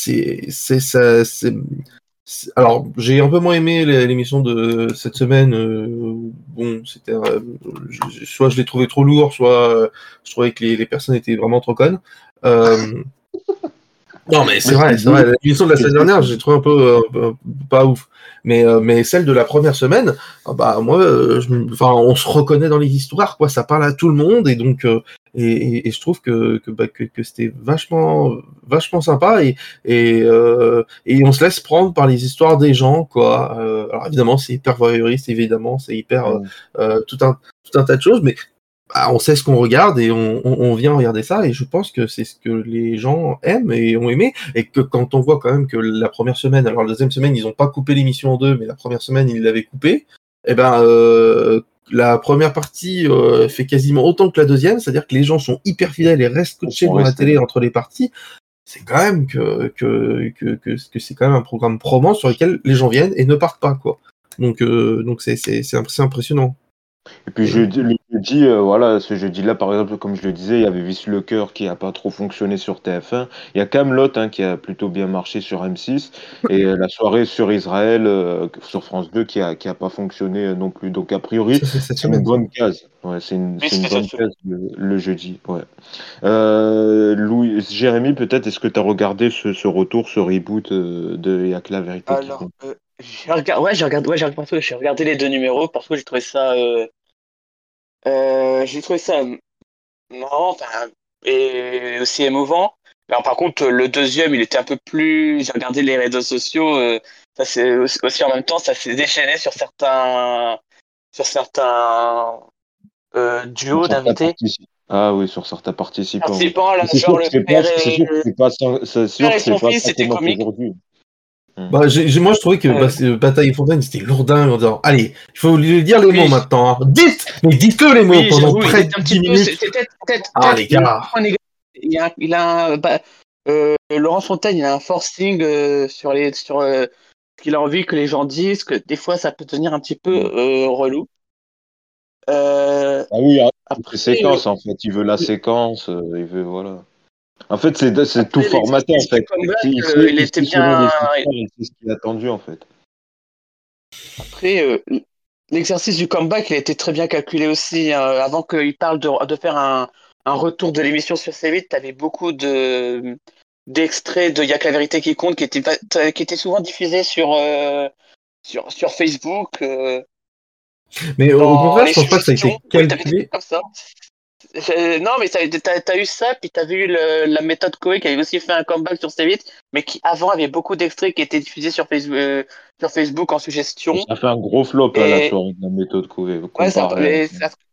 Speaker 2: alors, j'ai un peu moins aimé l'émission de cette semaine. Bon, c'était soit je l'ai trouvé trop lourd, soit je trouvais que les personnes étaient vraiment trop connes. Non, mais c'est vrai. L'émission de la semaine dernière, j'ai trouvé un peu pas ouf. Mais celle de la première semaine, bah moi, on se reconnaît dans les histoires, quoi. Ça parle à tout le monde, et donc et je trouve que c'était vachement sympa, et on se laisse prendre par les histoires des gens, quoi. Alors évidemment, c'est hyper voyeuriste, évidemment, c'est hyper tout un tas de choses, mais on sait ce qu'on regarde et on vient regarder ça, et je pense que c'est ce que les gens aiment et ont aimé, et que quand on voit quand même que la première semaine, alors la deuxième semaine ils n'ont pas coupé l'émission en deux, mais la première semaine ils l'avaient coupée, et la première partie fait quasiment autant que la deuxième, c'est-à-dire que les gens sont hyper fidèles et restent scotchés devant la télé entre les parties. C'est quand même que c'est quand même un programme probant sur lequel les gens viennent et ne partent pas, quoi. Donc c'est impressionnant.
Speaker 1: Et puis le jeudi, voilà, ce jeudi-là, par exemple, comme je le disais, il y avait Vice le Cœur qui a pas trop fonctionné sur TF1. Il y a Kaamelott qui a plutôt bien marché sur M6. Et la soirée sur Israël, sur France 2, qui a pas fonctionné non plus. Donc a priori,
Speaker 2: Ça, c'est cette
Speaker 1: c'est une
Speaker 2: semaine.
Speaker 1: bonne case. Ouais, c'est une bonne case le jeudi. Ouais. Jérémy, peut-être, est-ce que tu as regardé ce retour, ce reboot de Il y a que la vérité qui
Speaker 5: Alors,
Speaker 1: compte?
Speaker 5: j'ai regardé les deux numéros parce que j'ai trouvé ça marrant, enfin, et aussi émouvant. Alors, par contre, le deuxième, il était un peu plus. J'ai regardé les réseaux sociaux, ça c'est aussi en même temps, ça s'est déchaîné sur certains duos d'invités.
Speaker 1: Ah oui, sur certains participants, oui.
Speaker 5: Participants, là,
Speaker 1: C'est
Speaker 5: genre
Speaker 1: sûr que c'est sûr que c'est
Speaker 5: son
Speaker 1: pas
Speaker 5: fils,
Speaker 1: ça
Speaker 5: c'était
Speaker 1: qu'on offre
Speaker 5: comique.
Speaker 1: aujourd'hui.
Speaker 2: Moi, je trouvais que Bataille et Fontaine, c'était lourdin en disant, allez, il faut lui dire les mots maintenant. Hein. Dites-le les mots
Speaker 5: Oui,
Speaker 2: pendant
Speaker 5: j'avoue, il
Speaker 2: près
Speaker 5: était
Speaker 2: de
Speaker 5: un
Speaker 2: 10
Speaker 5: petit peu.
Speaker 2: minutes.
Speaker 5: C'était peut-être
Speaker 2: Les
Speaker 5: le
Speaker 2: gars.
Speaker 5: point négatif. Laurent Fontaine, il a un forcing sur ce qu'il a envie que les gens disent, que des fois ça peut devenir un petit peu relou. Euh,
Speaker 1: Ah oui, c'est
Speaker 5: après,
Speaker 1: ses séquences en fait. Il veut la séquence, il veut voilà. En fait, c'est tout
Speaker 5: après
Speaker 1: formaté en
Speaker 5: l'exercice du
Speaker 1: fait.
Speaker 5: comeback, il
Speaker 1: Il
Speaker 5: était
Speaker 1: sait selon les
Speaker 5: bien.
Speaker 1: histoires, il sait ce qu'il a attendu en fait.
Speaker 5: Après, l'exercice du comeback, il a été très bien calculé aussi. Hein. Avant qu'il parle de faire un retour de l'émission sur C8, tu avais beaucoup d'extraits de Y'a que la vérité qui compte qui étaient souvent diffusés sur Facebook,
Speaker 2: Mais au
Speaker 5: dans
Speaker 2: contraire,
Speaker 5: les
Speaker 2: je pense pas que ça a
Speaker 5: suggestions.
Speaker 2: été
Speaker 5: Oui, t'avais des trucs
Speaker 2: calculé.
Speaker 5: comme ça. Non, mais t'as eu ça, puis t'as vu la méthode Koei qui avait aussi fait un comeback sur C8, mais qui avant avait beaucoup d'extraits qui étaient diffusés sur Facebook en suggestion.
Speaker 1: Ça fait un gros flop la
Speaker 5: Et
Speaker 1: soirée de la méthode Coué,
Speaker 5: ouais,
Speaker 1: comparé à...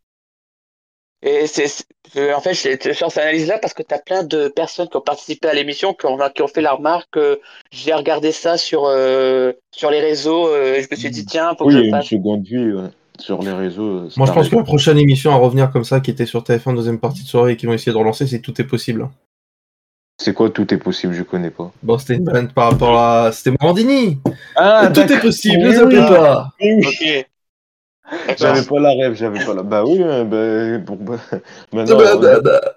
Speaker 5: en fait, je fais cette analyse-là parce que t'as plein de personnes qui ont participé à l'émission, qui ont fait la remarque. J'ai regardé ça sur les réseaux, et je me suis dit, tiens, faut que
Speaker 1: Oui, il
Speaker 5: je
Speaker 1: y a une
Speaker 5: fasse.
Speaker 1: seconde vie sur les réseaux.
Speaker 2: Moi, je pense que
Speaker 1: Starlet.
Speaker 2: la prochaine émission à revenir comme ça, qui était sur TF1 deuxième partie de soirée et qui vont essayer de relancer, c'est Tout est possible.
Speaker 1: C'est quoi Tout est possible, je connais pas.
Speaker 2: Bon, c'était une vanne par rapport à... C'était Morandini.
Speaker 1: Ah,
Speaker 2: Tout est
Speaker 1: d'accord.
Speaker 2: possible,
Speaker 1: Oui,
Speaker 2: ne zappez
Speaker 1: oui.
Speaker 2: pas.
Speaker 1: Oui, oui.
Speaker 5: Ok, d'accord.
Speaker 1: J'avais pas la rêve, j'avais pas la... Bah oui, hein, bah, maintenant...
Speaker 2: Bah.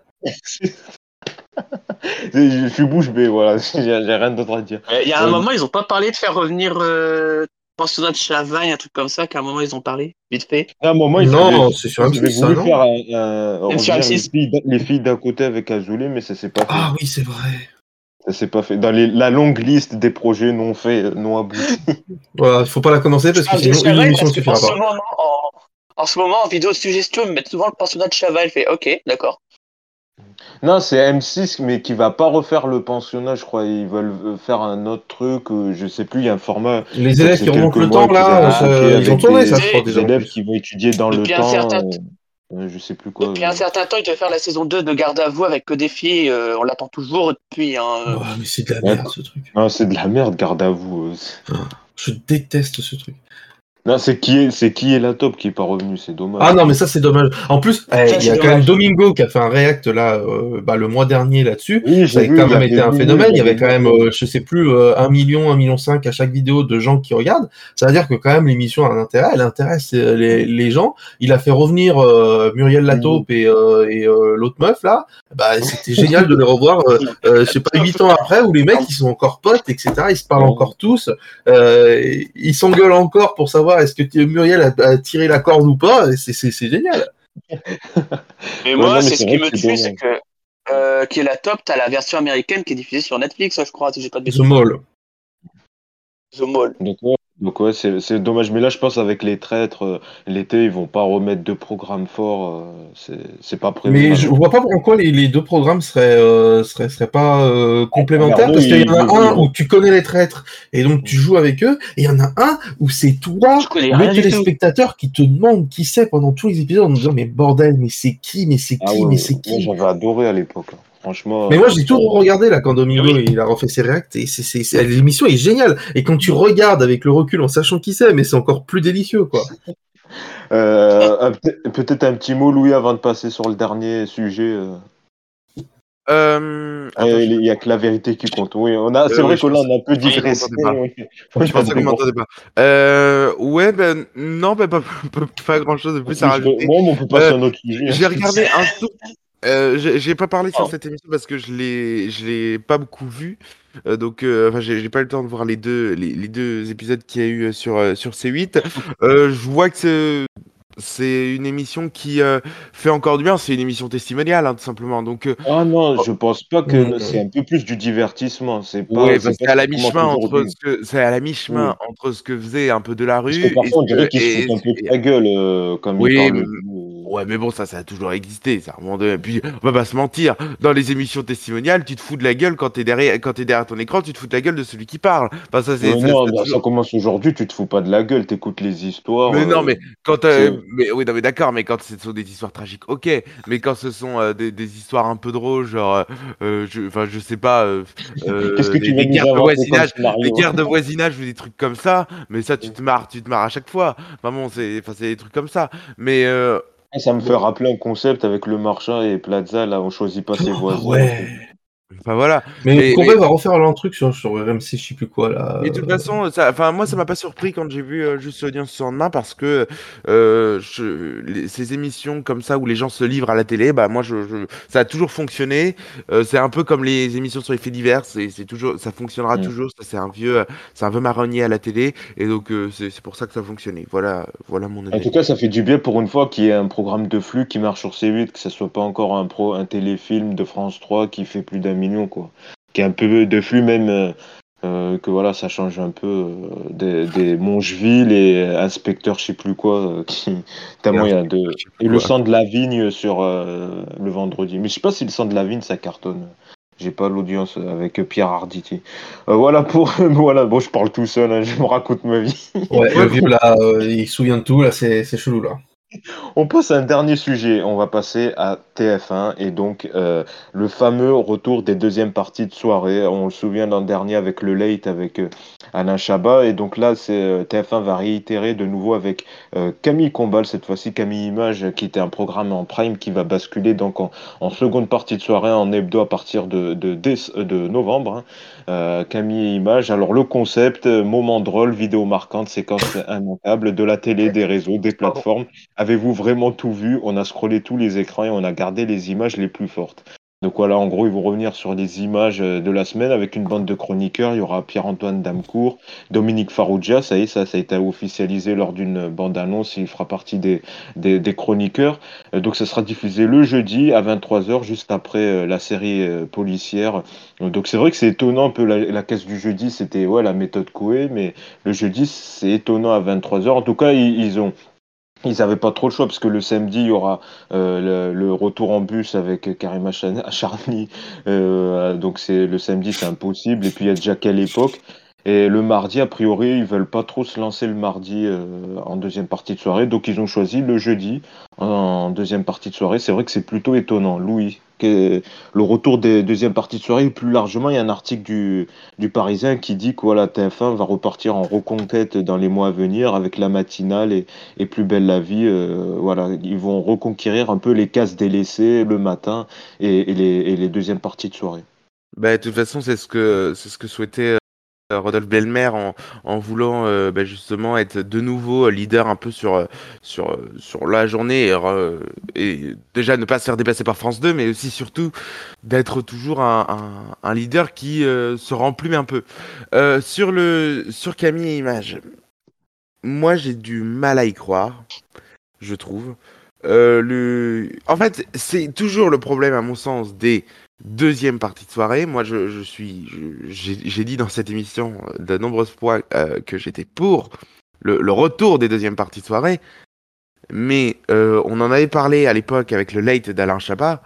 Speaker 1: je suis bouche bée, voilà, j'ai rien d'autre à dire.
Speaker 5: Il y a un moment, ils ont pas parlé de faire revenir Pensionnat de Chavagne, un truc comme ça, qu'à un moment, ils ont parlé, vite fait.
Speaker 1: À un moment,
Speaker 2: Non, c'est sur
Speaker 1: ils avaient
Speaker 2: M6, ça,
Speaker 1: voulu
Speaker 2: non
Speaker 1: faire
Speaker 5: Même sur
Speaker 1: revenir
Speaker 5: M6.
Speaker 1: les filles d'un côté avec Azoulay, mais ça s'est pas fait.
Speaker 2: Ah oui, c'est vrai.
Speaker 1: Ça s'est pas fait. Dans la longue liste des projets non faits, non aboutis.
Speaker 2: Voilà, il faut pas la commencer parce que
Speaker 5: Pensionnat de
Speaker 2: sinon une
Speaker 5: Chavagne,
Speaker 2: émission ne
Speaker 5: parce qu'en
Speaker 2: suffira
Speaker 5: ce
Speaker 2: pas.
Speaker 5: moment, en ce moment, en vidéo de suggestion, ils mettent souvent le pensionnat de Chavagne. Je fais, ok, d'accord.
Speaker 1: Non, c'est M6, mais qui va pas refaire le pensionnat, je crois. Ils veulent faire un autre truc, je sais plus, il y a un format, je
Speaker 2: Les
Speaker 1: crois que
Speaker 2: élèves
Speaker 1: c'est
Speaker 2: qui remontent
Speaker 1: quelques
Speaker 2: le
Speaker 1: mois
Speaker 2: temps,
Speaker 1: qu'ils avaient
Speaker 2: là,
Speaker 1: booké
Speaker 2: ils ont
Speaker 1: avec
Speaker 2: tourné ça,
Speaker 5: Tu
Speaker 2: je crois,
Speaker 5: sais,
Speaker 1: des
Speaker 2: déjà en
Speaker 1: élèves
Speaker 2: plus.
Speaker 1: qui vont étudier dans le
Speaker 5: depuis un
Speaker 1: temps,
Speaker 5: certain,
Speaker 1: je sais plus quoi.
Speaker 5: depuis un certain temps, ils devaient faire la saison 2 de Garde à vous avec que des filles. On l'attend toujours depuis. Hein.
Speaker 2: Oh, mais c'est de la
Speaker 1: Ouais,
Speaker 2: merde, ce truc.
Speaker 1: non, c'est de la merde, garde à vous.
Speaker 2: Je déteste ce truc.
Speaker 1: Non, c'est qui est la top qui est pas revenu, c'est dommage.
Speaker 2: Ah non, mais ça, c'est dommage. En plus,
Speaker 5: Ça,
Speaker 2: il y
Speaker 5: c'est
Speaker 2: a quand même
Speaker 5: dommage.
Speaker 2: Domingo qui a fait un react là, le mois dernier là-dessus.
Speaker 1: Oui,
Speaker 2: Ça
Speaker 1: j'ai
Speaker 2: a
Speaker 1: vu,
Speaker 2: quand
Speaker 1: il
Speaker 2: même
Speaker 1: avait
Speaker 2: été un
Speaker 1: boomé,
Speaker 2: phénomène. Il y
Speaker 1: il
Speaker 2: avait
Speaker 1: avait
Speaker 2: quand même,
Speaker 1: boomé.
Speaker 2: je sais plus, 1 million, 1,5 million à chaque vidéo de gens qui regardent. Ça veut dire que quand même l'émission a un intérêt. Elle intéresse les gens. Il a fait revenir Muriel Lataupe et l'autre meuf là. Bah, c'était génial de les revoir. Je sais pas, 8 ans après, où les mecs ils sont encore potes, etc. Ils se parlent encore tous. Ils s'engueulent encore pour savoir est-ce que Muriel a tiré la corde ou pas. Et c'est génial.
Speaker 5: Mais
Speaker 1: Ouais,
Speaker 5: moi,
Speaker 1: non, mais
Speaker 5: c'est ce
Speaker 1: c'est
Speaker 5: qui
Speaker 1: vrai que
Speaker 5: me
Speaker 1: c'est
Speaker 5: tue, c'est
Speaker 1: dommage.
Speaker 5: que qui est la top, t'as la version américaine qui est diffusée sur Netflix, je crois, si j'ai pas de
Speaker 2: The
Speaker 5: bêtises.
Speaker 2: Mall.
Speaker 5: The Mall.
Speaker 1: Donc ouais, c'est dommage. Mais là, je pense avec les traîtres, l'été, ils vont pas remettre de programme fort. C'est pas prévu
Speaker 2: Mais je
Speaker 1: maintenant.
Speaker 2: vois pas pourquoi les deux programmes seraient pas complémentaires,
Speaker 1: Regarde,
Speaker 2: parce qu'il y en a un
Speaker 1: ils
Speaker 2: où tu connais les traîtres et donc tu joues avec eux, et il y en a un où c'est toi,
Speaker 5: Je connais
Speaker 2: le
Speaker 5: rien du tout.
Speaker 2: téléspectateur, qui te demande qui c'est pendant tous les épisodes en disant mais bordel, mais c'est qui, mais c'est
Speaker 1: Ah
Speaker 2: qui,
Speaker 1: ouais,
Speaker 2: mais c'est
Speaker 1: moi
Speaker 2: qui.
Speaker 1: j'avais adoré à l'époque, hein. Franchement,
Speaker 2: Mais moi j'ai tout regardé là quand Domingo
Speaker 5: Oui.
Speaker 2: il a refait ses réacts et l'émission est géniale. Et quand tu regardes avec le recul en sachant qui c'est, mais c'est encore plus délicieux quoi.
Speaker 1: peut-être un petit mot, Louis, avant de passer sur le dernier sujet.
Speaker 3: Attends,
Speaker 1: Il y a que la vérité qui compte. Oui, c'est
Speaker 3: oui,
Speaker 1: vrai
Speaker 3: je
Speaker 1: que là,
Speaker 3: pensais,
Speaker 1: on a un peu
Speaker 3: je pensais que vous
Speaker 1: digressé.
Speaker 3: m'entendez pas.
Speaker 1: On
Speaker 3: Je
Speaker 1: a
Speaker 3: pensais que vous m'entendez pas. Ouais, ben non, ben pas grand-chose de plus à rajouter.
Speaker 1: Bon, on peut passer à un autre sujet.
Speaker 3: J'ai regardé un tout. J'ai pas parlé sur
Speaker 5: Oh.
Speaker 3: cette émission parce que je l'ai pas beaucoup vu. Enfin, j'ai pas eu le temps de voir les deux épisodes qu'il y a eu sur C8. Je vois que c'est une émission qui fait encore du bien. C'est une émission testimoniale, hein, tout simplement. Donc,
Speaker 1: Ah non, je pense pas que c'est
Speaker 2: Mm.
Speaker 1: un peu plus du divertissement. C'est
Speaker 3: ouais,
Speaker 1: pas
Speaker 3: c'est
Speaker 1: ce
Speaker 3: à la
Speaker 1: qui commence
Speaker 3: mi-chemin
Speaker 1: aujourd'hui.
Speaker 3: c'est à la mi-chemin
Speaker 1: Oui.
Speaker 3: entre ce que faisait un peu de la
Speaker 1: Parce que
Speaker 3: rue
Speaker 1: parfois, on dirait qu'ils se foutent un peu de
Speaker 3: et-
Speaker 1: ta gueule comme ils
Speaker 3: oui,
Speaker 1: parlent.
Speaker 3: ouais, mais bon, ça a toujours existé, ça. À un moment donné. Puis, on va pas se mentir, dans les émissions testimoniales, tu te fous de la gueule quand t'es derrière ton écran, tu te fous de la gueule de celui qui parle. Enfin,
Speaker 1: Non,
Speaker 3: ça a
Speaker 1: bah, ça
Speaker 3: toujours.
Speaker 1: commence aujourd'hui, tu te fous pas de la gueule, t'écoutes les histoires.
Speaker 3: Mais non, mais quand
Speaker 1: C'est-
Speaker 3: mais oui, non, mais d'accord, mais quand ce sont des histoires tragiques, ok. Mais quand ce sont des histoires un peu drôles, genre, enfin, je sais pas,
Speaker 1: Qu'est-ce que tu vas
Speaker 3: des
Speaker 1: nous
Speaker 3: guerres de
Speaker 1: inventer comme
Speaker 3: voisinage, des
Speaker 1: scénario?
Speaker 3: guerres de voisinage ou des trucs comme ça. Mais ça, tu te marres à chaque fois. Enfin bon, c'est des trucs comme ça. Mais
Speaker 1: Ça me fait
Speaker 3: bon,
Speaker 1: rappeler un concept avec le marchand et Plaza, là, on choisit pas ses
Speaker 2: Ah
Speaker 1: voisins.
Speaker 2: ouais.
Speaker 3: enfin voilà.
Speaker 2: Mais
Speaker 3: Mais,
Speaker 2: Courbet va refaire un truc sur RMC, je sais plus quoi là.
Speaker 3: Mais de toute façon, enfin, moi, ça m'a pas surpris quand j'ai vu juste l'audience ce lendemain parce que ces émissions comme ça où les gens se livrent à la télé, bah moi, ça a toujours fonctionné. C'est un peu comme les émissions sur les faits divers, c'est toujours, ça fonctionnera
Speaker 1: Mm.
Speaker 3: toujours. Ça, c'est un peu marronnier à la télé et donc c'est pour ça que ça a fonctionné. Voilà mon
Speaker 1: En tout
Speaker 3: analyse.
Speaker 1: cas, ça fait du bien pour une fois qu'il y ait un programme de flux qui marche sur C8, que ce soit pas encore un téléfilm de France 3 qui fait plus d'1 million, quoi. Qui a un peu de flux même. que voilà, ça change un peu des Mongeville et inspecteur je sais plus quoi, tellement il y a de...
Speaker 3: Je sais plus
Speaker 1: Et le
Speaker 3: quoi.
Speaker 1: sang de la vigne sur le vendredi. Mais je sais pas si le sang de la vigne, ça cartonne. J'ai pas l'audience avec Pierre Arditi. Voilà pour... voilà, bon, je parle tout seul, hein, je me raconte ma vie.
Speaker 2: Ouais, le vieux là, il se souvient de tout, là, c'est chelou là.
Speaker 1: On passe à un dernier sujet. On va passer à TF1 et donc le fameux retour des deuxièmes parties de soirée. On le souvient l'an dernier avec le Late avec Alain Chabat et donc là c'est TF1 va réitérer de nouveau avec Camille Combal cette fois-ci Camille Image qui était un programme en prime qui va basculer donc en seconde partie de soirée en hebdo à partir de novembre. Hein. Camille Image. Alors le concept moment drôle, vidéo marquante, séquence immanquable de la télé, des réseaux, des
Speaker 2: Pardon.
Speaker 1: plateformes. Avez-vous vraiment tout vu? On a scrollé tous les écrans et on a gardé les images les plus fortes. Donc voilà, en gros, ils vont revenir sur les images de la semaine avec une bande de chroniqueurs. Il y aura Pierre-Antoine Damecourt, Dominique Farrugia, ça y est, ça a été officialisé lors d'une bande-annonce. Il fera partie des chroniqueurs. Donc ça sera diffusé le jeudi à 23h, juste après la série policière. Donc c'est vrai que c'est étonnant un peu la caisse du jeudi, c'était ouais, la méthode Coué, mais le jeudi, c'est étonnant à 23h. En tout cas, ils n'avaient pas trop le choix parce que le samedi, il y aura le retour en bus avec Karim Acharny. Donc le samedi, c'est impossible. Et puis il y a déjà quelle époque. Et le mardi, a priori, ils veulent pas trop se lancer le mardi en deuxième partie de soirée. Donc ils ont choisi le jeudi en deuxième partie de soirée. C'est vrai que c'est plutôt étonnant. Louis, le retour des deuxièmes parties de soirée, plus largement, il y a un article du Parisien qui dit que voilà, TF1 va repartir en reconquête dans les mois à venir avec la matinale et Plus belle la vie. Voilà, ils vont reconquérir un peu les cases délaissées le matin et les deuxièmes parties de soirée.
Speaker 3: Bah, de toute façon, c'est ce que souhaitait Rodolphe Belmer en voulant justement être de nouveau leader un peu sur la journée et déjà ne pas se faire dépasser par France 2, mais aussi surtout d'être toujours un leader qui se remplume un peu. Sur Camille et Image, moi j'ai du mal à y croire, je trouve. En fait, c'est toujours le problème, à mon sens, des deuxièmes parties de soirée. Moi, j'ai dit dans cette émission de nombreuses fois que j'étais pour le retour des deuxièmes parties de soirée. Mais on en avait parlé à l'époque avec le late d'Alain Chabat.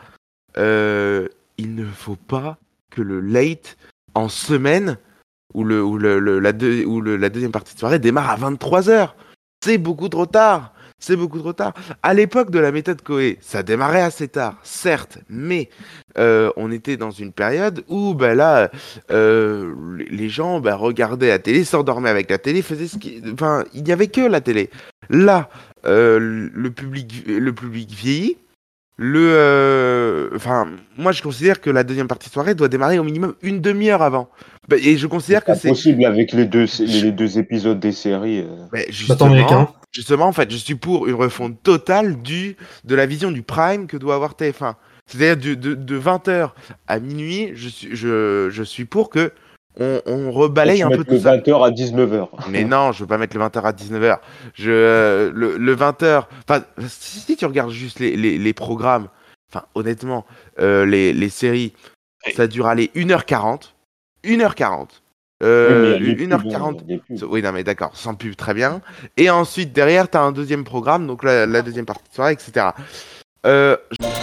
Speaker 3: Il ne faut pas que le late en semaine la deuxième partie de soirée démarre à 23h. C'est beaucoup trop tard. C'est beaucoup trop tard. À l'époque de la méthode Coé, ça démarrait assez tard, certes, mais on était dans une période où les gens regardaient la télé, s'endormaient avec la télé, enfin, il n'y avait que la télé. Là, le public vieillit. Moi, je considère que la deuxième partie de soirée doit démarrer au minimum une demi-heure avant. Et je considère que
Speaker 1: C'est possible avec les deux épisodes des séries.
Speaker 3: Mais
Speaker 2: Attends, américain.
Speaker 3: justement, en fait, je suis pour une refonte totale de la vision du prime que doit avoir TF1. C'est-à-dire de 20h à minuit, je suis pour que on rebalaye un peu tout
Speaker 1: le
Speaker 3: ça.
Speaker 1: 20h à 19h.
Speaker 3: Mais non, je veux pas mettre le 20h à 19h. Le 20h... Enfin, si tu regardes juste les programmes, enfin, honnêtement, les séries, ça dure aller 1h40. 1h40.
Speaker 1: Oui, mais il y a des pubs,
Speaker 3: 1h40.
Speaker 1: il y a des pubs.
Speaker 3: Oui, non, mais d'accord, sans pub, très bien. Et ensuite, derrière, t'as un deuxième programme, donc la deuxième partie de soirée, etc.